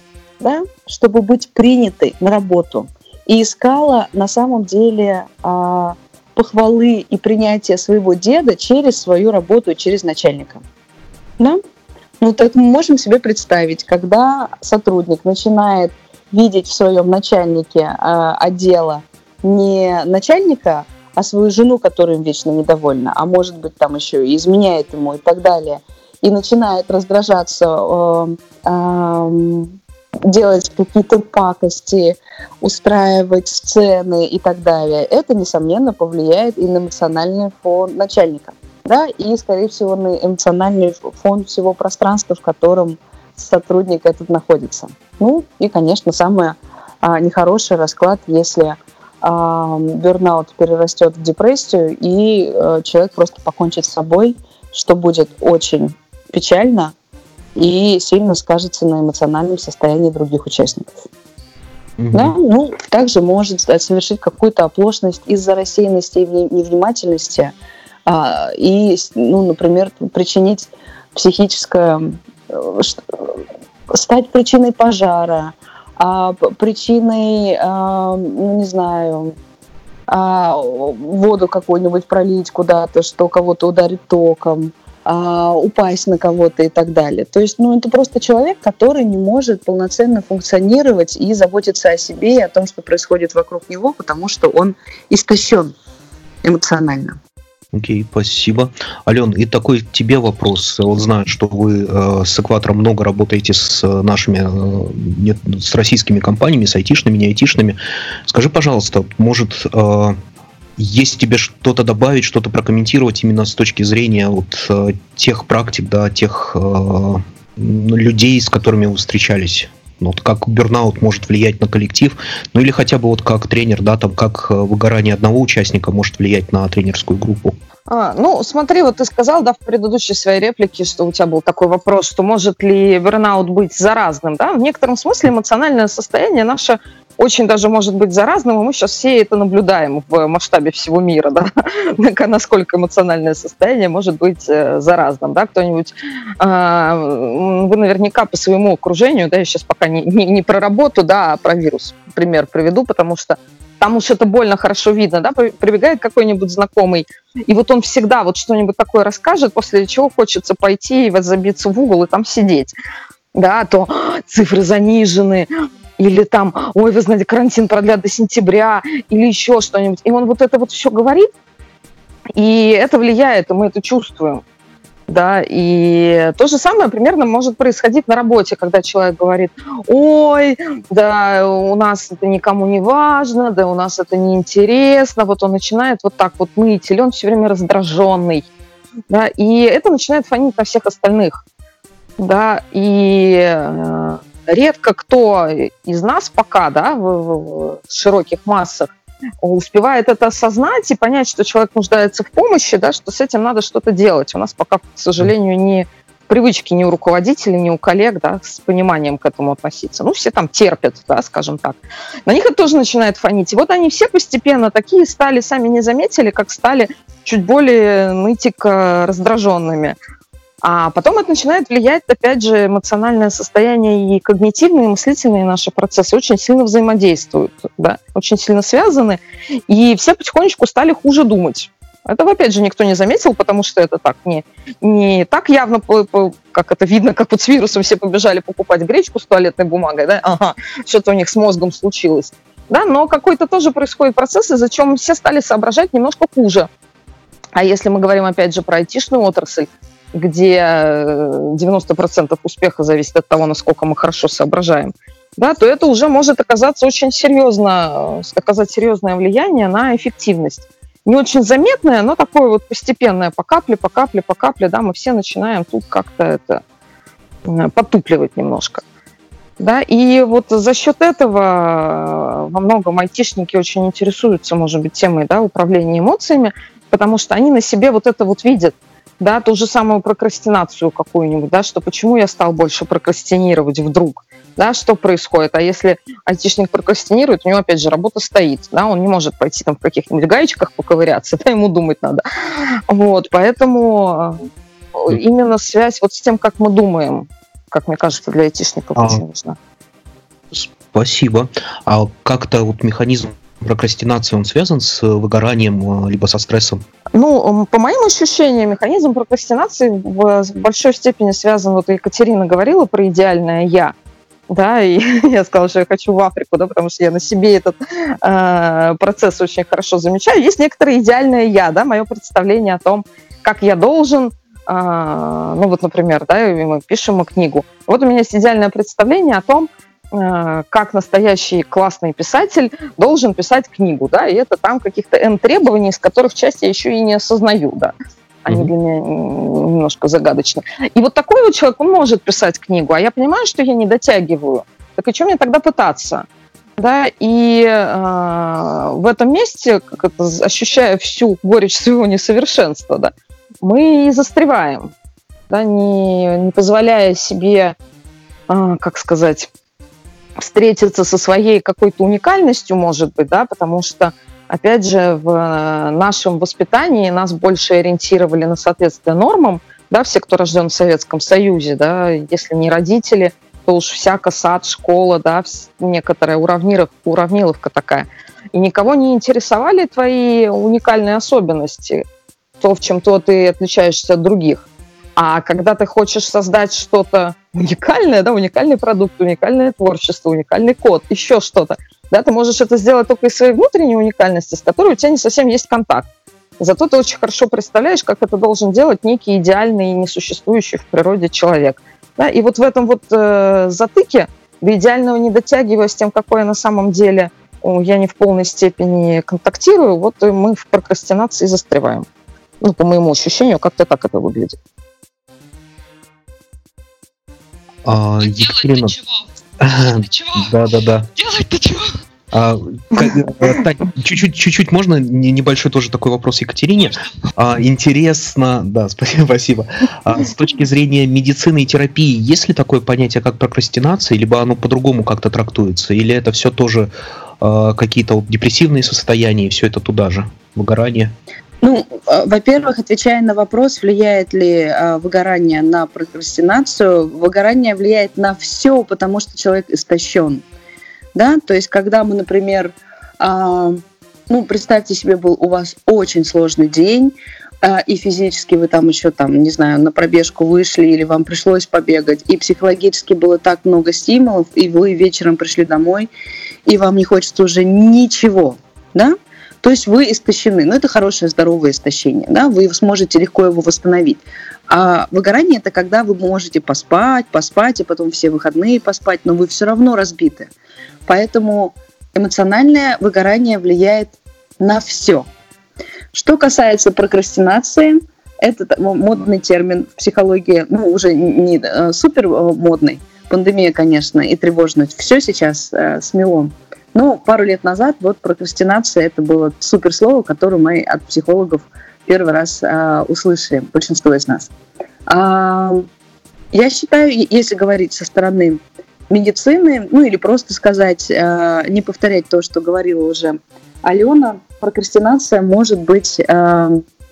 да, чтобы быть принятой на работу. И искала на самом деле а, похвалы и принятия своего деда через свою работу и через начальника. Да? Ну, так мы можем себе представить, когда сотрудник начинает видеть в своем начальнике э, отдела не начальника, а свою жену, которая им вечно недовольна, а может быть там еще и изменяет ему и так далее, и начинает раздражаться, э, э, делать какие-то пакости, устраивать сцены и так далее, это, несомненно, повлияет и на эмоциональный фон начальника. Да, и, скорее всего, на эмоциональный фон всего пространства, в котором сотрудник этот находится. Ну, и, конечно, самый а, нехороший расклад, если а, бёрнаут перерастет в депрессию, и а, человек просто покончит с собой, что будет очень печально и сильно скажется на эмоциональном состоянии других участников. Mm-hmm. Да? Ну, также может совершить какую-то оплошность из-за рассеянности и невнимательности, А, и, ну, например, причинить психическое, стать причиной пожара, а, причиной, а, ну, не знаю, а, воду какую-нибудь пролить куда-то, что кого-то ударит током, а, упасть на кого-то и так далее. То есть, ну, это просто человек, который не может полноценно функционировать и заботиться о себе и о том, что происходит вокруг него, потому что он истощен эмоционально. Окей, okay, спасибо. Ален, и такой тебе вопрос. Вот знаю, что вы э, с Экватором много работаете с нашими, э, нет, с российскими компаниями, с айтишными, не айтишными. Скажи, пожалуйста, может, э, есть тебе что-то добавить, что-то прокомментировать именно с точки зрения вот, э, тех практик, да, тех э, людей, с которыми вы встречались? Вот как бёрнаут может влиять на коллектив, ну или хотя бы вот как тренер, да, там как выгорание одного участника может влиять на тренерскую группу. А, ну, смотри, вот ты сказал, да, в предыдущей своей реплике, что у тебя был такой вопрос, что может ли бёрнаут быть заразным, да? В некотором смысле эмоциональное состояние наше очень даже может быть заразным, и мы сейчас все это наблюдаем в масштабе всего мира, да, насколько эмоциональное состояние может быть заразным, да, кто-нибудь, вы наверняка по своему окружению, да, я сейчас пока не, не, не про работу, да, а про вирус пример приведу, потому что там уж это больно хорошо видно, да, прибегает какой-нибудь знакомый, и вот он всегда вот что-нибудь такое расскажет, после чего хочется пойти и вот забиться в угол и там сидеть, да, то цифры занижены, или там, ой, вы знаете, карантин продлят до сентября, или еще что-нибудь. И он вот это вот все говорит, и это влияет, и мы это чувствуем. Да, и то же самое примерно может происходить на работе, когда человек говорит, ой, да, у нас это никому не важно, да, у нас это неинтересно, вот он начинает вот так вот ныть, или он все время раздраженный, да, и это начинает фонить на всех остальных, да, и редко кто из нас пока, да, в, в широких массах успевает это осознать и понять, что человек нуждается в помощи, да, что с этим надо что-то делать. У нас пока, к сожалению, ни привычки ни у руководителей, ни у коллег, да, с пониманием к этому относиться. Ну, все там терпят, да, скажем так. На них это тоже начинает фонить. И вот они все постепенно такие стали, сами не заметили, как стали чуть более нытико раздраженными. А потом это начинает влиять, опять же, эмоциональное состояние, и когнитивные, и мыслительные наши процессы очень сильно взаимодействуют, да, очень сильно связаны, и все потихонечку стали хуже думать. Этого, опять же, никто не заметил, потому что это так не, не так явно, как это видно, как вот с вирусом все побежали покупать гречку с туалетной бумагой, да, ага, что-то у них с мозгом случилось, да, но какой-то тоже происходит процесс, из-за чего все стали соображать немножко хуже. А если мы говорим, опять же, про айтишную отрасль, где девяносто процентов успеха зависит от того, насколько мы хорошо соображаем, да, то это уже может оказаться очень серьезно, оказать серьезное влияние на эффективность. Не очень заметное, но такое вот постепенное, по капле, по капле, по капле, да, мы все начинаем тут как-то это потупливать немножко. Да, и вот за счет этого во многом айтишники очень интересуются, может быть, темой, да, управления эмоциями, потому что они на себе вот это вот видят. Да, ту же самую прокрастинацию какую-нибудь, да, что почему я стал больше прокрастинировать вдруг, да, что происходит, а если айтишник прокрастинирует, у него, опять же, работа стоит, да, он не может пойти там в каких-нибудь гаечках поковыряться, да, ему думать надо, вот, поэтому именно связь вот с тем, как мы думаем, как мне кажется, для айтишников а, очень важна. Спасибо. А как-то вот механизм прокрастинации, он связан с выгоранием, либо со стрессом? Ну, по моим ощущениям, механизм прокрастинации в большой степени связан, вот Екатерина говорила про идеальное «я», да, и я сказала, что я хочу в Африку, да, потому что я на себе этот э, процесс очень хорошо замечаю. Есть некоторое идеальное «я», да, мое представление о том, как я должен, э, ну вот, например, да, мы пишем книгу. Вот у меня есть идеальное представление о том, как настоящий классный писатель должен писать книгу, да, и это там каких-то N требований, из которых часть я еще и не осознаю, да. Они mm-hmm. для меня немножко загадочны. И вот такой вот человек, он может писать книгу, а я понимаю, что я не дотягиваю. Так и что мне тогда пытаться? Да, и э, в этом месте, как это, ощущая всю горечь своего несовершенства, да, мы и застреваем, да, не, не позволяя себе, э, как сказать, встретиться со своей какой-то уникальностью, может быть, да, потому что, опять же, в нашем воспитании нас больше ориентировали на соответствие нормам, да, все, кто рожден в Советском Союзе, да, если не родители, то уж всяко сад, школа, да, некоторая уравниловка, уравниловка такая. И никого не интересовали твои уникальные особенности, то, в чем то ты отличаешься от других. А когда ты хочешь создать что-то уникальное, да, уникальный продукт, уникальное творчество, уникальный код, еще что-то, да, ты можешь это сделать только из своей внутренней уникальности, с которой у тебя не совсем есть контакт. Зато ты очень хорошо представляешь, как это должен делать некий идеальный, несуществующий в природе человек. Да, и вот в этом вот э, затыке, до идеального не дотягивая с тем, какой я на самом деле, я не в полной степени контактирую, вот мы в прокрастинации застреваем. Ну, по моему ощущению, как-то так это выглядит. А, а Екатерина... делать-то чего? Да-да-да. Делать-то чего? А, Тань, чуть-чуть, чуть-чуть можно небольшой тоже такой вопрос Екатерине? А, интересно, да, спасибо, спасибо. А, с точки зрения медицины и терапии, есть ли такое понятие, как прокрастинация, либо оно по-другому как-то трактуется, или это все тоже а, какие-то вот депрессивные состояния, и все это туда же, выгорание? Ну, во-первых, отвечая на вопрос, влияет ли а, выгорание на прокрастинацию, выгорание влияет на все, потому что человек истощен. Да? То есть, когда мы, например, а, ну, представьте себе, был у вас очень сложный день, а, и физически вы там еще, там, не знаю, на пробежку вышли, или вам пришлось побегать, и психологически было так много стимулов, и вы вечером пришли домой, и вам не хочется уже ничего, да? То есть вы истощены, но это хорошее здоровое истощение, да, вы сможете легко его восстановить. А выгорание – это когда вы можете поспать, поспать, и потом все выходные поспать, но вы все равно разбиты. Поэтому эмоциональное выгорание влияет на все. Что касается прокрастинации, это модный термин в психологии, ну, уже не супер модный, пандемия, конечно, и тревожность, все сейчас смело. Но пару лет назад вот прокрастинация – это было суперслово, которое мы от психологов первый раз а, услышали, большинство из нас. А, я считаю, если говорить со стороны медицины, ну или просто сказать, а, не повторять то, что говорила уже Алена, прокрастинация может быть а,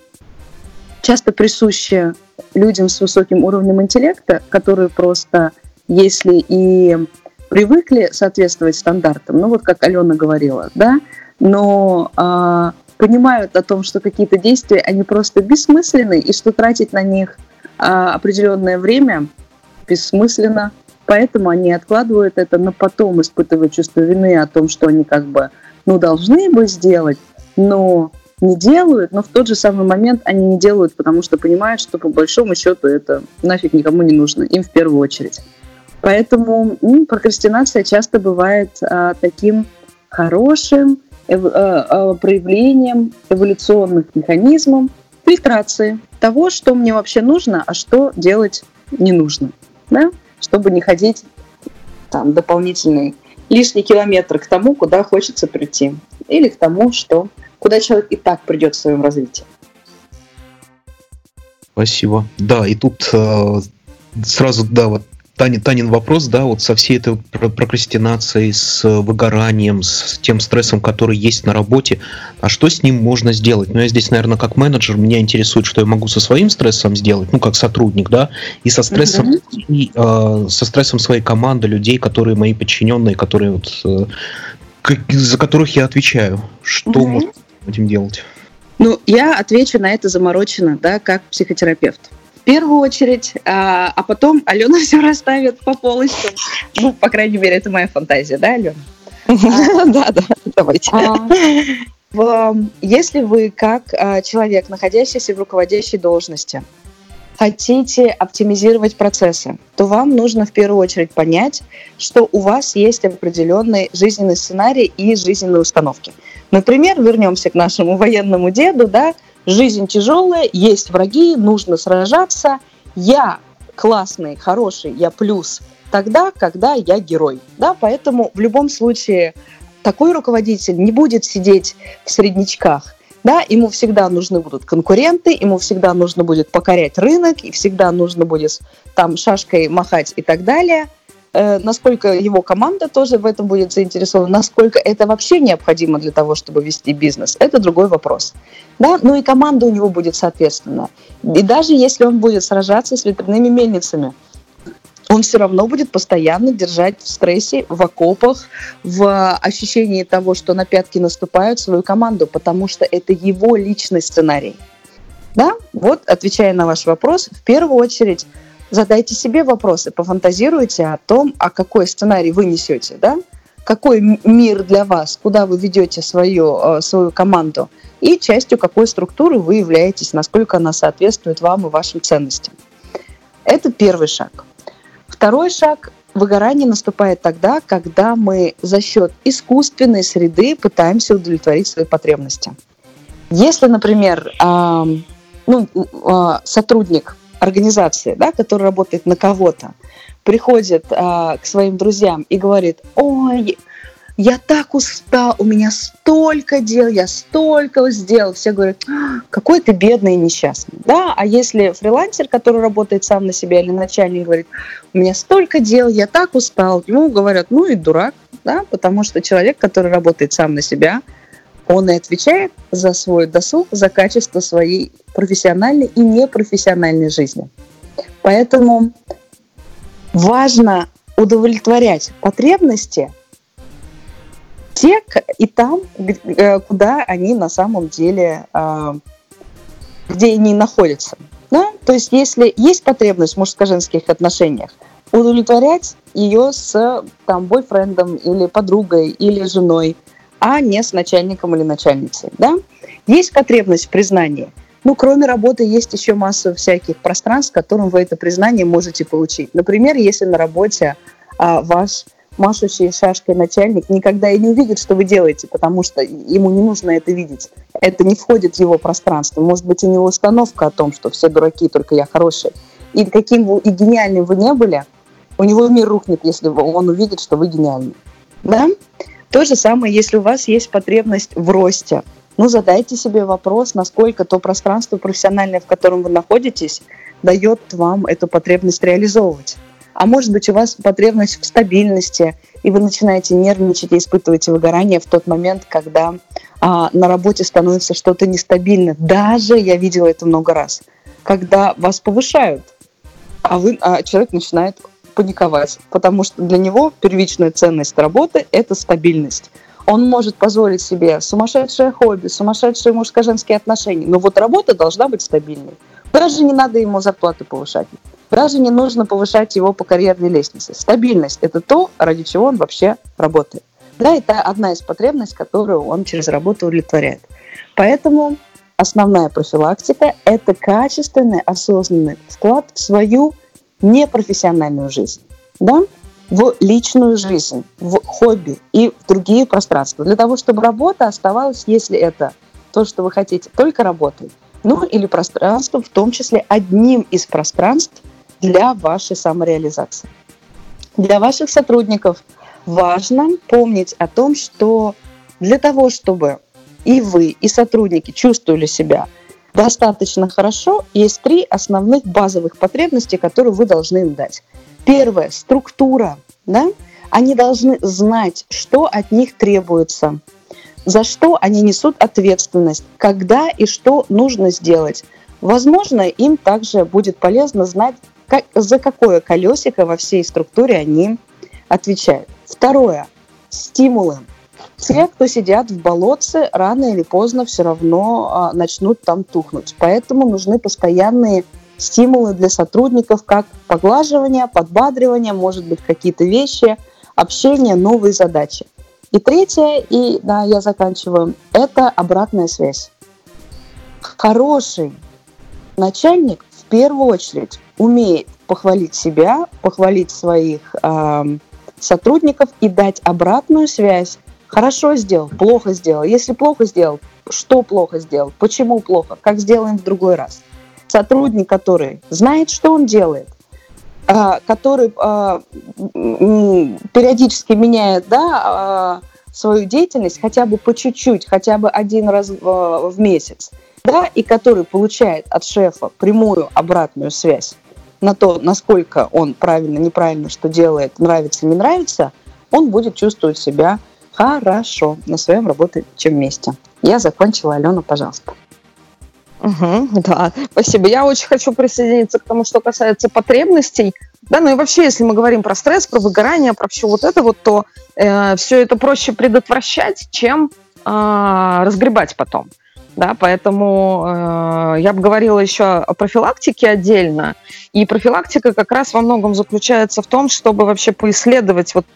часто присуща людям с высоким уровнем интеллекта, которые просто, если и привыкли соответствовать стандартам, ну вот как Алена говорила, да, но а, понимают о том, что какие-то действия, они просто бессмысленны, и что тратить на них а, определенное время бессмысленно, поэтому они откладывают это на потом, испытывая чувство вины о том, что они как бы, ну, должны бы сделать, но не делают, но в тот же самый момент они не делают, потому что понимают, что по большому счету это нафиг никому не нужно, им в первую очередь. Поэтому ну, прокрастинация часто бывает а, таким хорошим эв, а, а, проявлением эволюционных механизмов фильтрации того, что мне вообще нужно, а что делать не нужно, да? Чтобы не ходить там, дополнительный лишний километр к тому, куда хочется прийти, или к тому, что, куда человек и так придет в своем развитии. Спасибо. Да, и тут э, сразу, да, вот Танин, Танин вопрос, да, вот со всей этой прокрастинацией, с выгоранием, с тем стрессом, который есть на работе, а что с ним можно сделать? Ну, я здесь, наверное, как менеджер, меня интересует, что я могу со своим стрессом сделать, ну, как сотрудник, да, и со стрессом, mm-hmm. и, э, со стрессом своей команды, людей, которые мои подчиненные, которые вот, э, к, за которых я отвечаю. Что mm-hmm. можно с этим делать? Ну, я отвечу на это замороченно, да, как психотерапевт. В первую очередь, а, а потом Алена все расставит по полочкам. Ну, по крайней мере, это моя фантазия, да, Алена? Да, да, давайте. Если вы, как человек, находящийся в руководящей должности, хотите оптимизировать процессы, то вам нужно в первую очередь понять, что у вас есть определенный жизненный сценарий и жизненные установки. Например, вернемся к нашему военному деду, да, жизнь тяжелая, есть враги, нужно сражаться. Я классный, хороший, я плюс тогда, когда я герой. Да? Поэтому в любом случае такой руководитель не будет сидеть в среднячках. Да? Ему всегда нужны будут конкуренты, ему всегда нужно будет покорять рынок, и всегда нужно будет там шашкой махать и так далее. Насколько его команда тоже в этом будет заинтересована, насколько это вообще необходимо для того, чтобы вести бизнес, это другой вопрос. Да? Ну и команда у него будет соответственно. И даже если он будет сражаться с ветряными мельницами, он все равно будет постоянно держать в стрессе, в окопах, в ощущении того, что на пятки наступают свою команду, потому что это его личный сценарий. Да? Вот, отвечая на ваш вопрос, в первую очередь задайте себе вопросы, пофантазируйте о том, а какой сценарий вы несете, да? Какой мир для вас, куда вы ведете свою, свою команду и частью какой структуры вы являетесь, насколько она соответствует вам и вашим ценностям. Это первый шаг. Второй шаг – выгорание наступает тогда, когда мы за счет искусственной среды пытаемся удовлетворить свои потребности. Если, например, э, ну, э, сотрудник организации, да, которая работает на кого-то, приходит а, к своим друзьям и говорит: ой, я так устал, у меня столько дел, я столько сделал. Все говорят: какой ты бедный и несчастный. Да? А если фрилансер, который работает сам на себя, или начальник говорит: у меня столько дел, я так устал, ему говорят: ну и дурак, да? Потому что человек, который работает сам на себя, он и отвечает за свой досуг, за качество своей профессиональной и непрофессиональной жизни. Поэтому важно удовлетворять потребности те и там, куда они на самом деле, где они находятся. Да? То есть если есть потребность в мужско-женских отношениях, удовлетворять ее с там, бойфрендом или подругой или женой, а не с начальником или начальницей. Да? Есть потребность в признании. Ну, кроме работы, есть еще масса всяких пространств, в котором вы это признание можете получить. Например, если на работе а, ваш машущий шашкой начальник никогда и не увидит, что вы делаете, потому что ему не нужно это видеть. Это не входит в его пространство. Может быть, у него установка о том, что все дураки, только я хороший. И каким вы и гениальным вы не были, у него мир рухнет, если он увидит, что вы гениальны. Да? То же самое, если у вас есть потребность в росте. Ну, задайте себе вопрос, насколько то пространство профессиональное, в котором вы находитесь, дает вам эту потребность реализовывать. А может быть, у вас потребность в стабильности, и вы начинаете нервничать и испытываете выгорание в тот момент, когда а, на работе становится что-то нестабильно. Даже, я видела это много раз, когда вас повышают, а, вы, а человек начинает паниковать, потому что для него первичная ценность работы – это стабильность. Он может позволить себе сумасшедшее хобби, сумасшедшие мужско-женские отношения, но вот работа должна быть стабильной. Даже не надо ему зарплату повышать, даже не нужно повышать его по карьерной лестнице. Стабильность – это то, ради чего он вообще работает. Да, это одна из потребностей, которую он через работу удовлетворяет. Поэтому основная профилактика – это качественный, осознанный вклад в свою непрофессиональную жизнь, да? В личную жизнь, в хобби и в другие пространства. Для того, чтобы работа оставалась, если это то, что вы хотите, только работой. Ну или пространство, в том числе одним из пространств для вашей самореализации. Для ваших сотрудников важно помнить о том, что для того, чтобы и вы, и сотрудники чувствовали себя достаточно хорошо, есть три основных базовых потребности, которые вы должны им дать. Первое – структура. Да? Они должны знать, что от них требуется, за что они несут ответственность, когда и что нужно сделать. Возможно, им также будет полезно знать, как, за какое колесико во всей структуре они отвечают. Второе – стимулы. Те, кто сидят в болотце, рано или поздно все равно а, начнут там тухнуть. Поэтому нужны постоянные стимулы для сотрудников, как поглаживание, подбадривание, может быть, какие-то вещи, общение, новые задачи. И третье, и да, я заканчиваю, это обратная связь. Хороший начальник в первую очередь умеет похвалить себя, похвалить своих э, сотрудников и дать обратную связь. Хорошо сделал, плохо сделал. Если плохо сделал, что плохо сделал, почему плохо, как сделаем в другой раз. Сотрудник, который знает, что он делает, э, который э, периодически меняет, да, э, свою деятельность хотя бы по чуть-чуть, хотя бы один раз в, в месяц, да, и который получает от шефа прямую обратную связь на то, насколько он правильно, неправильно, что делает, нравится, не нравится, он будет чувствовать себя хорошо на своем рабочем месте. Я закончила. Алена, пожалуйста. Угу, да, спасибо. Я очень хочу присоединиться к тому, что касается потребностей. Да, ну и вообще, если мы говорим про стресс, про выгорание, про все вот это вот, то э, все это проще предотвращать, чем э, разгребать потом. Да, поэтому э, я бы говорила еще о профилактике отдельно. И профилактика как раз во многом заключается в том, чтобы вообще поисследовать, вот,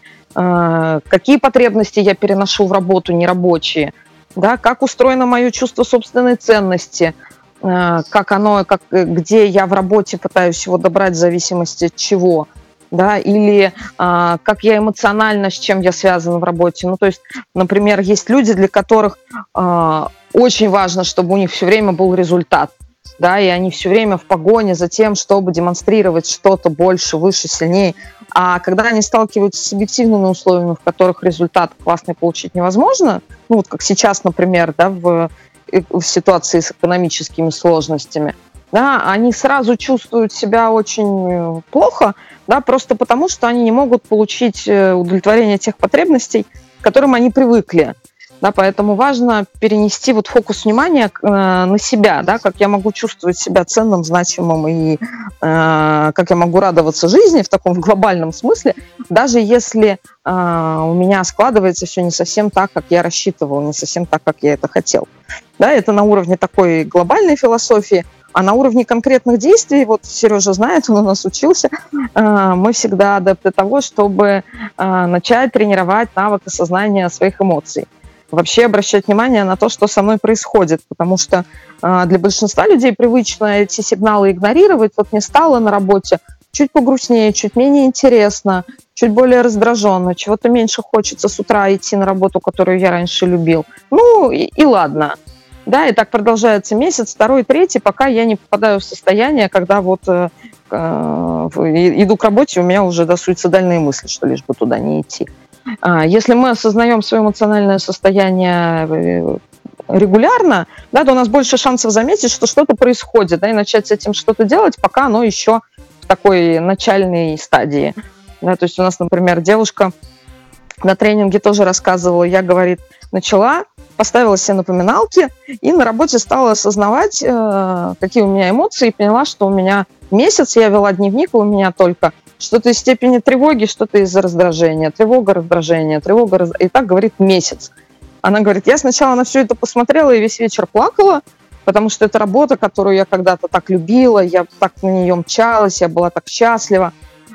э, какие потребности я переношу в работу нерабочие, да, как устроено мое чувство собственной ценности, э, как оно, как, где я в работе пытаюсь его добрать в зависимости от чего. Да, или э, как я эмоционально, с чем я связана в работе. Ну, то есть, например, есть люди, для которых э, очень важно, чтобы у них все время был результат, да, и они все время в погоне за тем, чтобы демонстрировать что-то больше, выше, сильнее. А когда они сталкиваются с объективными условиями, в которых результат классный получить невозможно, ну, вот как сейчас, например, да, в, в ситуации с экономическими сложностями, да, они сразу чувствуют себя очень плохо, да, просто потому, что они не могут получить удовлетворение тех потребностей, к которым они привыкли. Да, поэтому важно перенести вот фокус внимания э, на себя, да, как я могу чувствовать себя ценным, значимым и э, как я могу радоваться жизни в таком глобальном смысле, даже если э, у меня складывается все не совсем так, как я рассчитывал, не совсем так, как я это хотел. Да, это на уровне такой глобальной философии. А на уровне конкретных действий, вот Сережа знает, он у нас учился, мы всегда адепты того, чтобы начать тренировать навык осознания своих эмоций. Вообще обращать внимание на то, что со мной происходит, потому что для большинства людей привычно эти сигналы игнорировать. Вот мне стало на работе чуть погрустнее, чуть менее интересно, чуть более раздраженно, чего-то меньше хочется с утра идти на работу, которую я раньше любил. Ну и, и ладно. Да, и так продолжается месяц, второй, третий, пока я не попадаю в состояние, когда вот э, э, иду к работе, у меня уже да, суицидальные мысли, что лишь бы туда не идти. А, если мы осознаем свое эмоциональное состояние регулярно, да, то у нас больше шансов заметить, что что-то происходит, да, и начать с этим что-то делать, пока оно еще в такой начальной стадии. Да, то есть у нас, например, девушка на тренинге тоже рассказывала, я, говорит, начала, поставила себе напоминалки и на работе стала осознавать, э, какие у меня эмоции, и поняла, что у меня месяц, я вела дневник, и у меня только что-то из степени тревоги, что-то из-за раздражения, тревога, раздражение, тревога, раз... и так, говорит, месяц. Она говорит, я сначала на все это посмотрела и весь вечер плакала, потому что это работа, которую я когда-то так любила, я так на нее мчалась, я была так счастлива.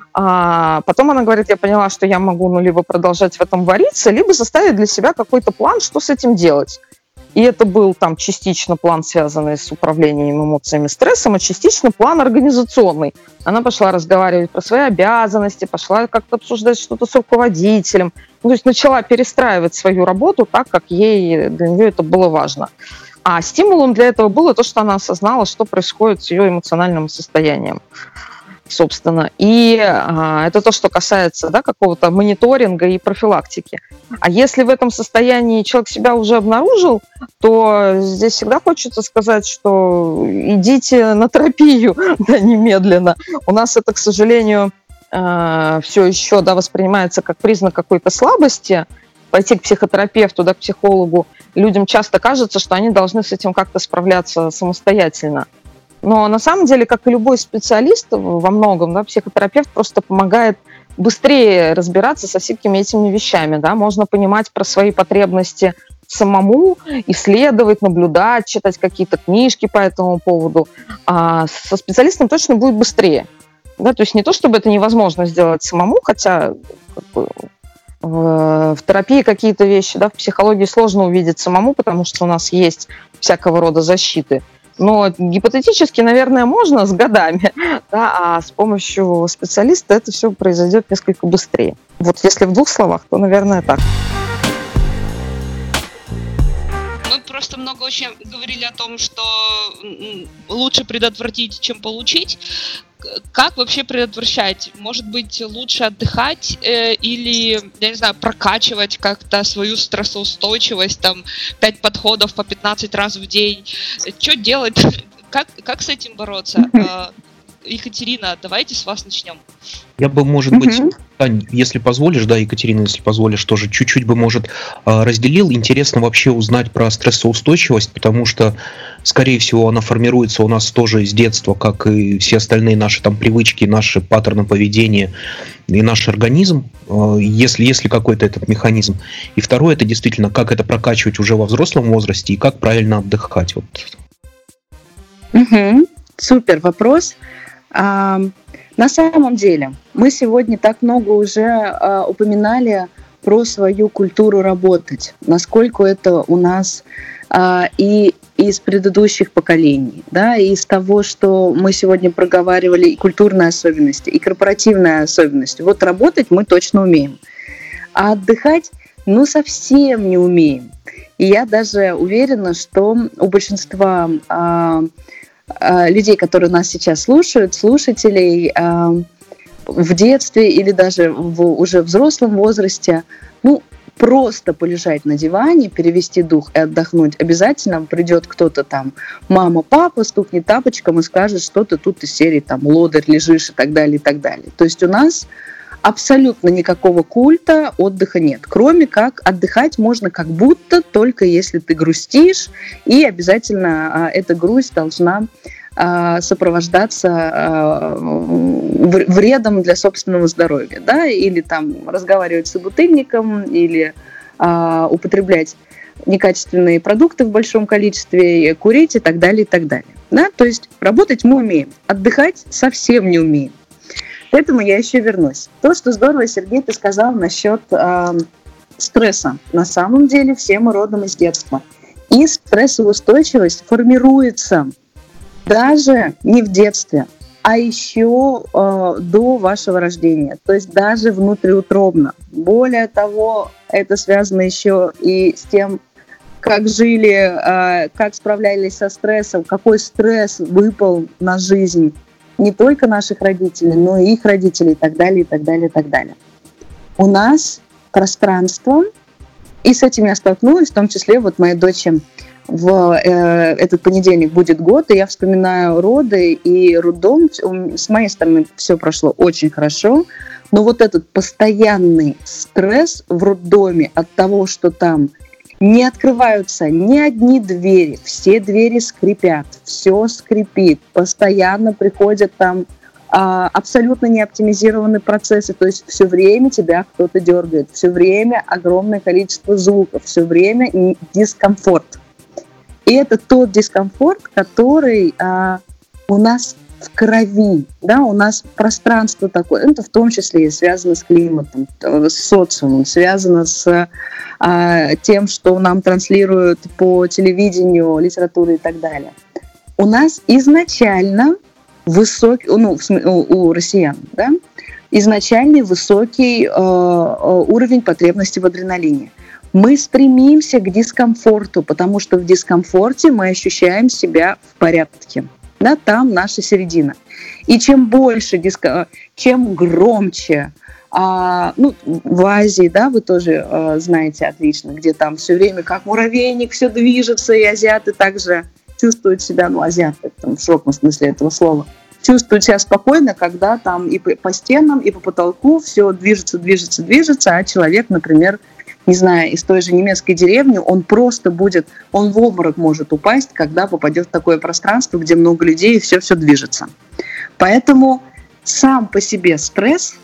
А потом она говорит, я поняла, что я могу ну, либо продолжать в этом вариться, либо составить для себя какой-то план, что с этим делать. И это был там частично план, связанный с управлением эмоциями, стрессом, а частично план организационный. Она пошла разговаривать про свои обязанности, пошла как-то обсуждать что-то с руководителем. Ну, то есть начала перестраивать свою работу так, как ей, для нее это было важно. А стимулом для этого было то, что она осознала, что происходит с ее эмоциональным состоянием. собственно. И а, это то, что касается, да, какого-то мониторинга и профилактики. А если в этом состоянии человек себя уже обнаружил, то здесь всегда хочется сказать, что идите на терапию, да, немедленно. У нас это, к сожалению, э, все еще, да, воспринимается как признак какой-то слабости. Пойти к психотерапевту, да, к психологу, людям часто кажется, что они должны с этим как-то справляться самостоятельно. Но на самом деле, как и любой специалист во многом, да, психотерапевт просто помогает быстрее разбираться со всеми этими вещами. Да? Можно понимать про свои потребности самому, исследовать, наблюдать, читать какие-то книжки по этому поводу. А со специалистом точно будет быстрее. Да? То есть не то, чтобы это невозможно сделать самому, хотя как бы, в терапии какие-то вещи, да, в психологии сложно увидеть самому, потому что у нас есть всякого рода защиты. Но гипотетически, наверное, можно с годами, да, а с помощью специалиста это все произойдет несколько быстрее. Вот если в двух словах, то, наверное, так. Мы просто много очень говорили о том, что лучше предотвратить, чем получить. Как вообще предотвращать? Может быть, лучше отдыхать э, или, я не знаю, прокачивать как-то свою стрессоустойчивость, там, пять подходов по пятнадцать раз в день? Что делать? Как, как с этим бороться? Э, Екатерина, давайте с вас начнем. Я бы, может быть, Тань, если позволишь, да, Екатерина, если позволишь, тоже чуть-чуть бы, может, разделил. Интересно вообще узнать про стрессоустойчивость, потому что, скорее всего, она формируется у нас тоже с детства, как и все остальные наши там привычки, наши паттерны поведения и наш организм, если, если какой-то этот механизм. И второе, это действительно, как это прокачивать уже во взрослом возрасте и как правильно отдыхать. Вот. Угу. Супер вопрос. А, на самом деле, мы сегодня так много уже а, упоминали про свою культуру работать, насколько это у нас а, и из предыдущих поколений, да, и из того, что мы сегодня проговаривали, и культурные особенности, и корпоративные особенности. Вот работать мы точно умеем, а отдыхать, ну, совсем не умеем. И я даже уверена, что у большинства а, людей, которые нас сейчас слушают, слушателей, в детстве или даже в уже взрослом возрасте, ну, просто полежать на диване, перевести дух и отдохнуть. Обязательно придет кто-то там, мама, папа, стукнет тапочком и скажет, что ты тут из серии там лодырь лежишь и так далее, и так далее. То есть у нас абсолютно никакого культа отдыха нет, кроме как отдыхать можно как будто только если ты грустишь, и обязательно а, эта грусть должна а, сопровождаться а, вредом для собственного здоровья, да, или там разговаривать с собутыльником, или а, употреблять некачественные продукты в большом количестве, курить и так далее, и так далее. Да? То есть работать мы умеем, отдыхать совсем не умеем. К этому я еще вернусь. То, что здорово, Сергей, ты сказал насчет э, стресса. На самом деле все мы родом из детства. И стрессоустойчивость формируется даже не в детстве, а еще э, до вашего рождения. То есть даже внутриутробно. Более того, это связано еще и с тем, как жили, э, как справлялись со стрессом, какой стресс выпал на жизнь. Не только наших родителей, но и их родителей, и так далее, и так далее, и так далее. У нас пространство, и с этим я столкнулась, в том числе вот моей дочери в э, этот понедельник будет год, и я вспоминаю роды и роддом. С моей стороны все прошло очень хорошо, но вот этот постоянный стресс в роддоме от того, что там не открываются ни одни двери, все двери скрипят, все скрипит, постоянно приходят там а, абсолютно неоптимизированные процессы, то есть все время тебя кто-то дергает, все время огромное количество звуков, все время дискомфорт. И это тот дискомфорт, который а, у нас в крови, да, у нас пространство такое, это в том числе и связано с климатом, с социумом, связано с а, тем, что нам транслируют по телевидению, литературе и так далее. У нас изначально высокий, ну, у, у россиян, да, изначальный высокий э, уровень потребности в адреналине. Мы стремимся к дискомфорту, потому что в дискомфорте мы ощущаем себя в порядке. да, там наша середина. И чем больше, диско, чем громче, а, ну, в Азии, да, вы тоже а, знаете отлично, где там все время как муравейник, все движется, и азиаты также чувствуют себя, ну, азиаты, там, в широком смысле этого слова, чувствуют себя спокойно, когда там и по, по стенам, и по потолку все движется, движется, движется, а человек, например, не знаю, из той же немецкой деревни, он просто будет, он в обморок может упасть, когда попадет в такое пространство, где много людей, и все-все движется. Поэтому сам по себе стресс,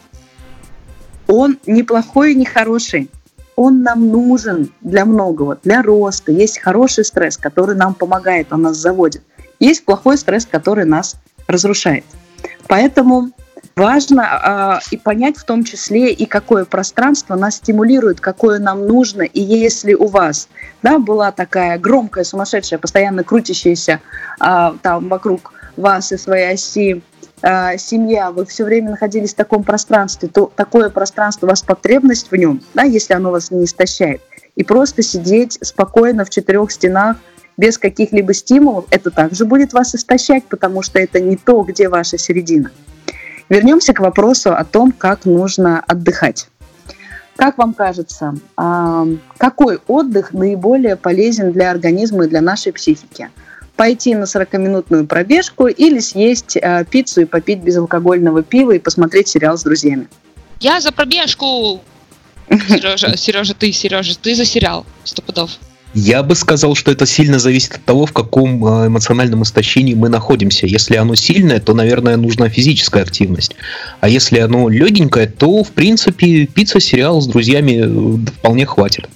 он не плохой и не хороший. Он нам нужен для многого, для роста. Есть хороший стресс, который нам помогает, он нас заводит. Есть плохой стресс, который нас разрушает. Поэтому важно э, и понять в том числе, и какое пространство нас стимулирует, какое нам нужно. И если у вас, да, была такая громкая, сумасшедшая, постоянно крутящаяся э, там вокруг вас и своей оси э, семья, вы все время находились в таком пространстве, то такое пространство, у вас потребность в нем, да, если оно вас не истощает, и просто сидеть спокойно в четырех стенах без каких-либо стимулов, это также будет вас истощать, потому что это не то, где ваша середина. Вернемся к вопросу о том, как нужно отдыхать. Как вам кажется, какой отдых наиболее полезен для организма и для нашей психики? Пойти на сорокаминутную пробежку или съесть пиццу и попить безалкогольного пива и посмотреть сериал с друзьями? Я за пробежку! Сережа, Сережа, ты, Сережа, ты за сериал, сто пудов. Я бы сказал, что это сильно зависит от того, в каком эмоциональном истощении мы находимся. Если оно сильное, то, наверное, нужна физическая активность. А если оно легенькое, то, в принципе, пицца, сериал с друзьями вполне хватит.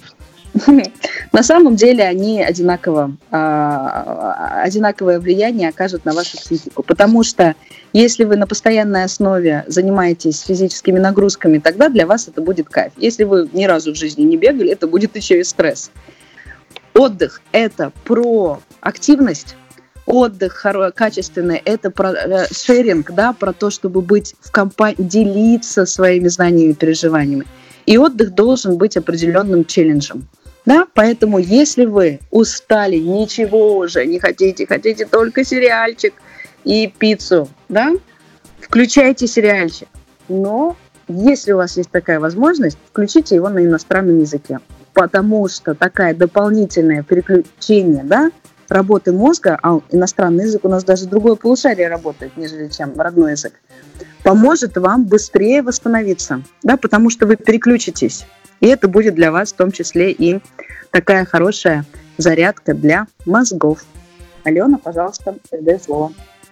На самом деле они одинаково, одинаковое влияние окажут на вашу психику. Потому что если вы на постоянной основе занимаетесь физическими нагрузками, тогда для вас это будет кайф. Если вы ни разу в жизни не бегали, это будет еще и стресс. Отдых – это про активность, отдых качественный – это про шеринг, да, про то, чтобы быть в компании, делиться своими знаниями и переживаниями. И отдых должен быть определенным челленджем. Да? Поэтому если вы устали, ничего уже не хотите, хотите только сериальчик и пиццу, да, включайте сериальчик. Но если у вас есть такая возможность, включите его на иностранном языке. Потому что такая дополнительное переключение, да, работы мозга, а иностранный язык у нас даже другое полушарие работает, нежели чем родной язык, поможет вам быстрее восстановиться, да, потому что вы переключитесь. И это будет для вас в том числе и такая хорошая зарядка для мозгов. Алена, пожалуйста, передаю слово.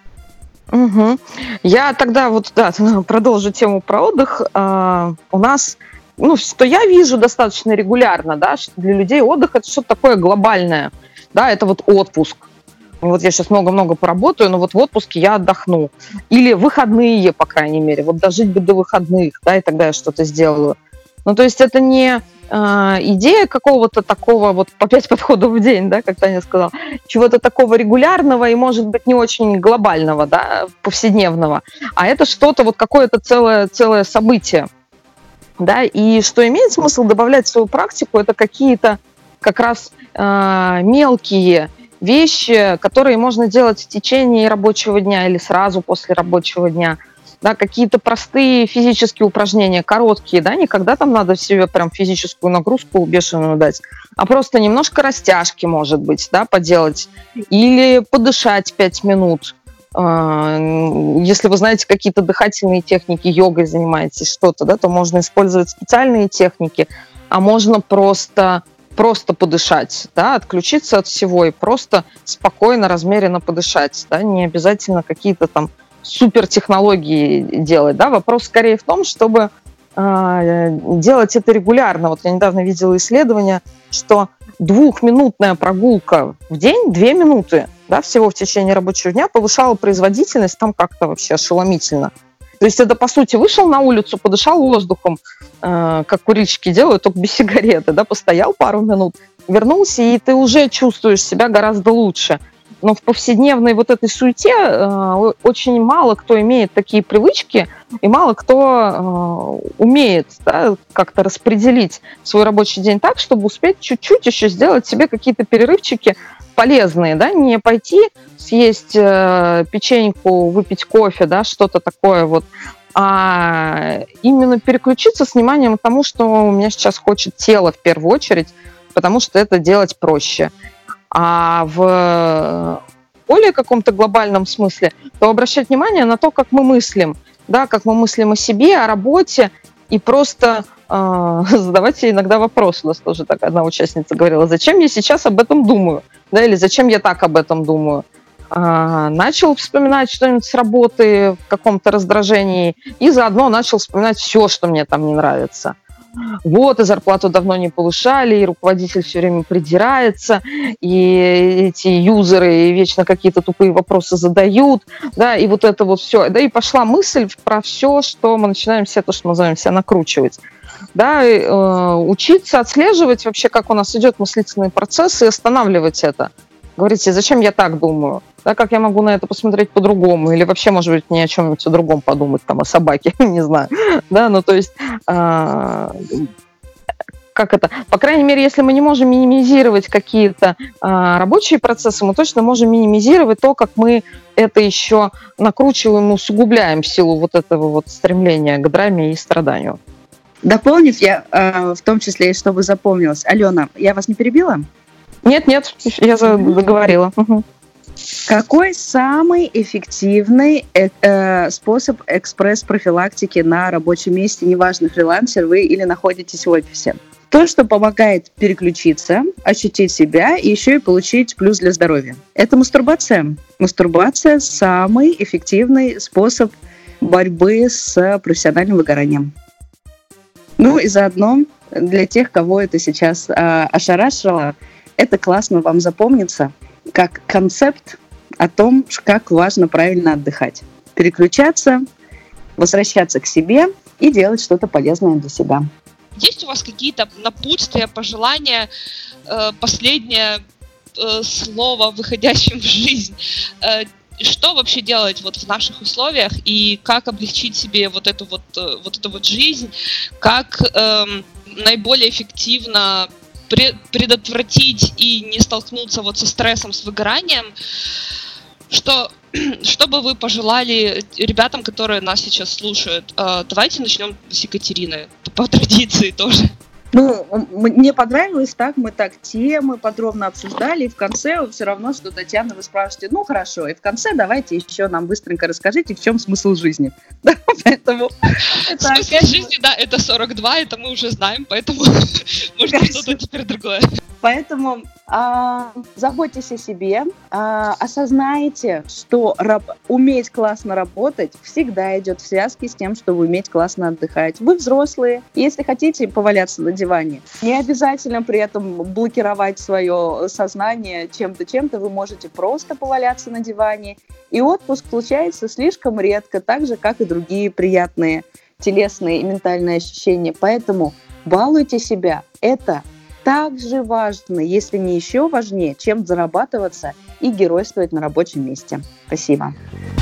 Угу. Я тогда вот, да, продолжу тему про отдых. А, у нас... Ну, что я вижу достаточно регулярно, да, что для людей отдых – это что-то такое глобальное, да, это вот отпуск. Вот я сейчас много-много поработаю, но вот в отпуске я отдохну. Или выходные, по крайней мере, вот дожить бы до выходных, да, и тогда я что-то сделаю. Ну, то есть это не э, идея какого-то такого, вот по пять подходов в день, да, как Таня сказала, чего-то такого регулярного и, может быть, не очень глобального, да, повседневного, а это что-то, вот какое-то целое, целое событие. Да, и что имеет смысл добавлять в свою практику, это какие-то как раз э, мелкие вещи, которые можно делать в течение рабочего дня или сразу после рабочего дня. Да, какие-то простые физические упражнения, короткие, да, не когда там надо себе прям физическую нагрузку бешеную дать, а просто немножко растяжки, может быть, да, поделать. Или подышать пять минут. Если вы знаете какие-то дыхательные техники, йогой занимаетесь, что-то, да, то можно использовать специальные техники, а можно просто, просто подышать, да, отключиться от всего и просто спокойно, размеренно подышать. Да, не обязательно какие-то там супертехнологии делать. Да. Вопрос скорее в том, чтобы э, делать это регулярно. Вот я недавно видела исследование, что двухминутная прогулка в день, две минуты, да, всего в течение рабочего дня повышала производительность там как-то вообще ошеломительно. То есть это, по сути, вышел на улицу, подышал воздухом, э, как курильщики делают, только без сигареты, да, постоял пару минут, вернулся, и ты уже чувствуешь себя гораздо лучше. но в повседневной вот этой суете э, очень мало кто имеет такие привычки, и мало кто э, умеет, да, как-то распределить свой рабочий день так, чтобы успеть чуть-чуть еще сделать себе какие-то перерывчики полезные, да, не пойти съесть э, печеньку, выпить кофе, да, что-то такое вот, а именно переключиться с вниманием к тому, что у меня сейчас хочет тело в первую очередь, потому что это делать проще. А в более каком-то глобальном смысле, то обращать внимание на то, как мы мыслим, да, как мы мыслим о себе, о работе, и просто э, задавать себе иногда вопрос. У нас тоже так одна участница говорила: зачем я сейчас об этом думаю, да, или зачем я так об этом думаю. А, начал вспоминать что-нибудь с работы в каком-то раздражении, и заодно начал вспоминать все, что мне там не нравится. Вот, и зарплату давно не повышали, и руководитель все время придирается, и эти юзеры вечно какие-то тупые вопросы задают, да, и вот это вот все. Да, и пошла мысль про все, что мы начинаем все, то, что мы называем, себя накручивать. Да, и, э, учиться отслеживать вообще, как у нас идет мыслительный процесс, и останавливать это. Говорите, зачем я так думаю? Да, как я могу на это посмотреть по-другому? Или вообще, может быть, ни о чем-нибудь о другом подумать, там, о собаке, не знаю. Да, ну, то есть, э, как это? По крайней мере, если мы не можем минимизировать какие-то э, рабочие процессы, мы точно можем минимизировать то, как мы это еще накручиваем и усугубляем в силу вот этого вот стремления к драме и страданию. Дополнив, я э, в том числе, и чтобы запомнилось. Алена, я вас не перебила? Нет, нет, я договорила. Угу. Какой самый эффективный э, э, способ экспресс-профилактики на рабочем месте, неважно, фрилансер вы или находитесь в офисе? То, что помогает переключиться, ощутить себя и еще и получить плюс для здоровья. Это мастурбация. Мастурбация – самый эффективный способ борьбы с профессиональным выгоранием. Ну и заодно для тех, кого это сейчас э, ошарашило, это классно вам запомнится как концепт о том, как важно правильно отдыхать. Переключаться, возвращаться к себе и делать что-то полезное для себя. Есть у вас какие-то напутствия, пожелания, э, последнее э, слово, выходящим в жизнь? Э, что вообще делать вот в наших условиях и как облегчить себе вот эту вот, э, вот эту вот жизнь, как э, наиболее эффективно предотвратить и не столкнуться вот со стрессом, с выгоранием? Что, что бы вы пожелали ребятам, которые нас сейчас слушают? Давайте начнем с Екатерины, по традиции тоже. Ну, мне понравилось так, мы так темы подробно обсуждали, и в конце все равно, что, Татьяна, вы спрашиваете, ну, хорошо, и в конце давайте еще нам быстренько расскажите, в чем смысл жизни. Да, поэтому... Смысл жизни, да, это сорок два, это мы уже знаем, поэтому можно что-то теперь другое. Поэтому а, заботьтесь о себе, а, осознайте, что раб- уметь классно работать всегда идет в связке с тем, чтобы уметь классно отдыхать. Вы взрослые, если хотите поваляться на диване, не обязательно при этом блокировать свое сознание чем-то, чем-то. Вы можете просто поваляться на диване. И отпуск случается слишком редко, так же, как и другие приятные телесные и ментальные ощущения. Поэтому балуйте себя. Это так же важно, если не еще важнее, чем зарабатываться и геройствовать на рабочем месте. Спасибо.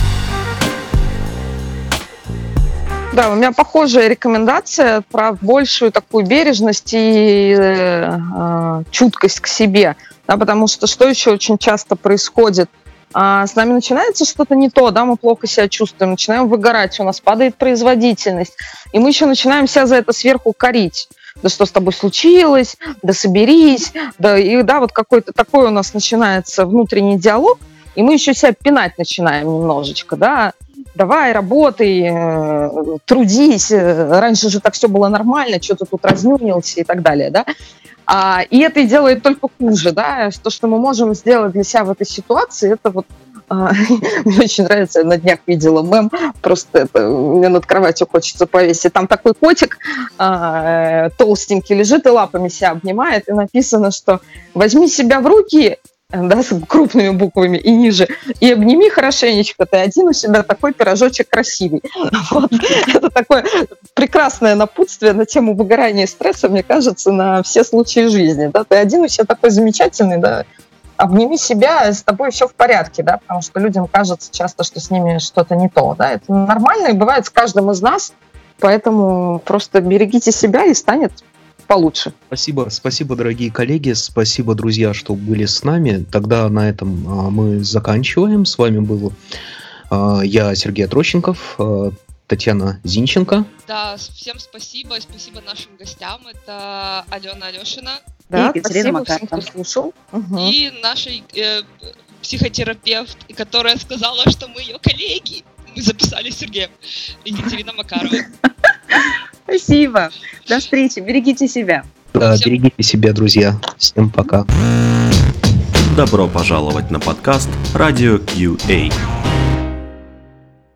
Да, у меня похожая рекомендация про большую такую бережность и э, чуткость к себе, да, потому что что еще очень часто происходит? А, с нами начинается что-то не то, да, мы плохо себя чувствуем, начинаем выгорать, у нас падает производительность, и мы еще начинаем себя за это сверху корить. Да что с тобой случилось, да соберись, да, и да, вот какой-то такой у нас начинается внутренний диалог, и мы еще себя пинать начинаем немножечко, да, давай, работай, э, трудись, раньше же так все было нормально, что ты тут разнюнился и так далее, да. А, и это и делает только хуже, да, то, что мы можем сделать для себя в этой ситуации, это вот, а, мне очень нравится, я на днях видела мем, просто это, мне над кроватью хочется повесить, там такой котик а, толстенький лежит и лапами себя обнимает, и написано, что возьми себя в руки, да, с крупными буквами и ниже, и обними хорошенечко, ты один у себя такой пирожочек красивый. Вот. Это такое прекрасное напутствие на тему выгорания и стресса, мне кажется, на все случаи жизни. Да? Ты один у себя такой замечательный, да, обними себя, с тобой все в порядке, да, потому что людям кажется часто, что с ними что-то не то, да, это нормально и бывает с каждым из нас, поэтому просто берегите себя и станет получше. Спасибо, спасибо, дорогие коллеги, спасибо, друзья, что были с нами. Тогда на этом а, мы заканчиваем. С вами был а, я, Сергей Трощенков, а, Татьяна Зинченко. Да, всем спасибо, спасибо нашим гостям. Это Алена Алешина. Да, И Екатерина спасибо всем, Макарова. кто слушал. Угу. И нашей э, психотерапевт, которая сказала, что мы ее коллеги. Мы записали с Сергеем. Екатерина Макарова. Спасибо. До встречи. Берегите себя. Да, Всем- берегите себя, друзья. Всем пока. Добро пожаловать на подкаст Радио кью эй.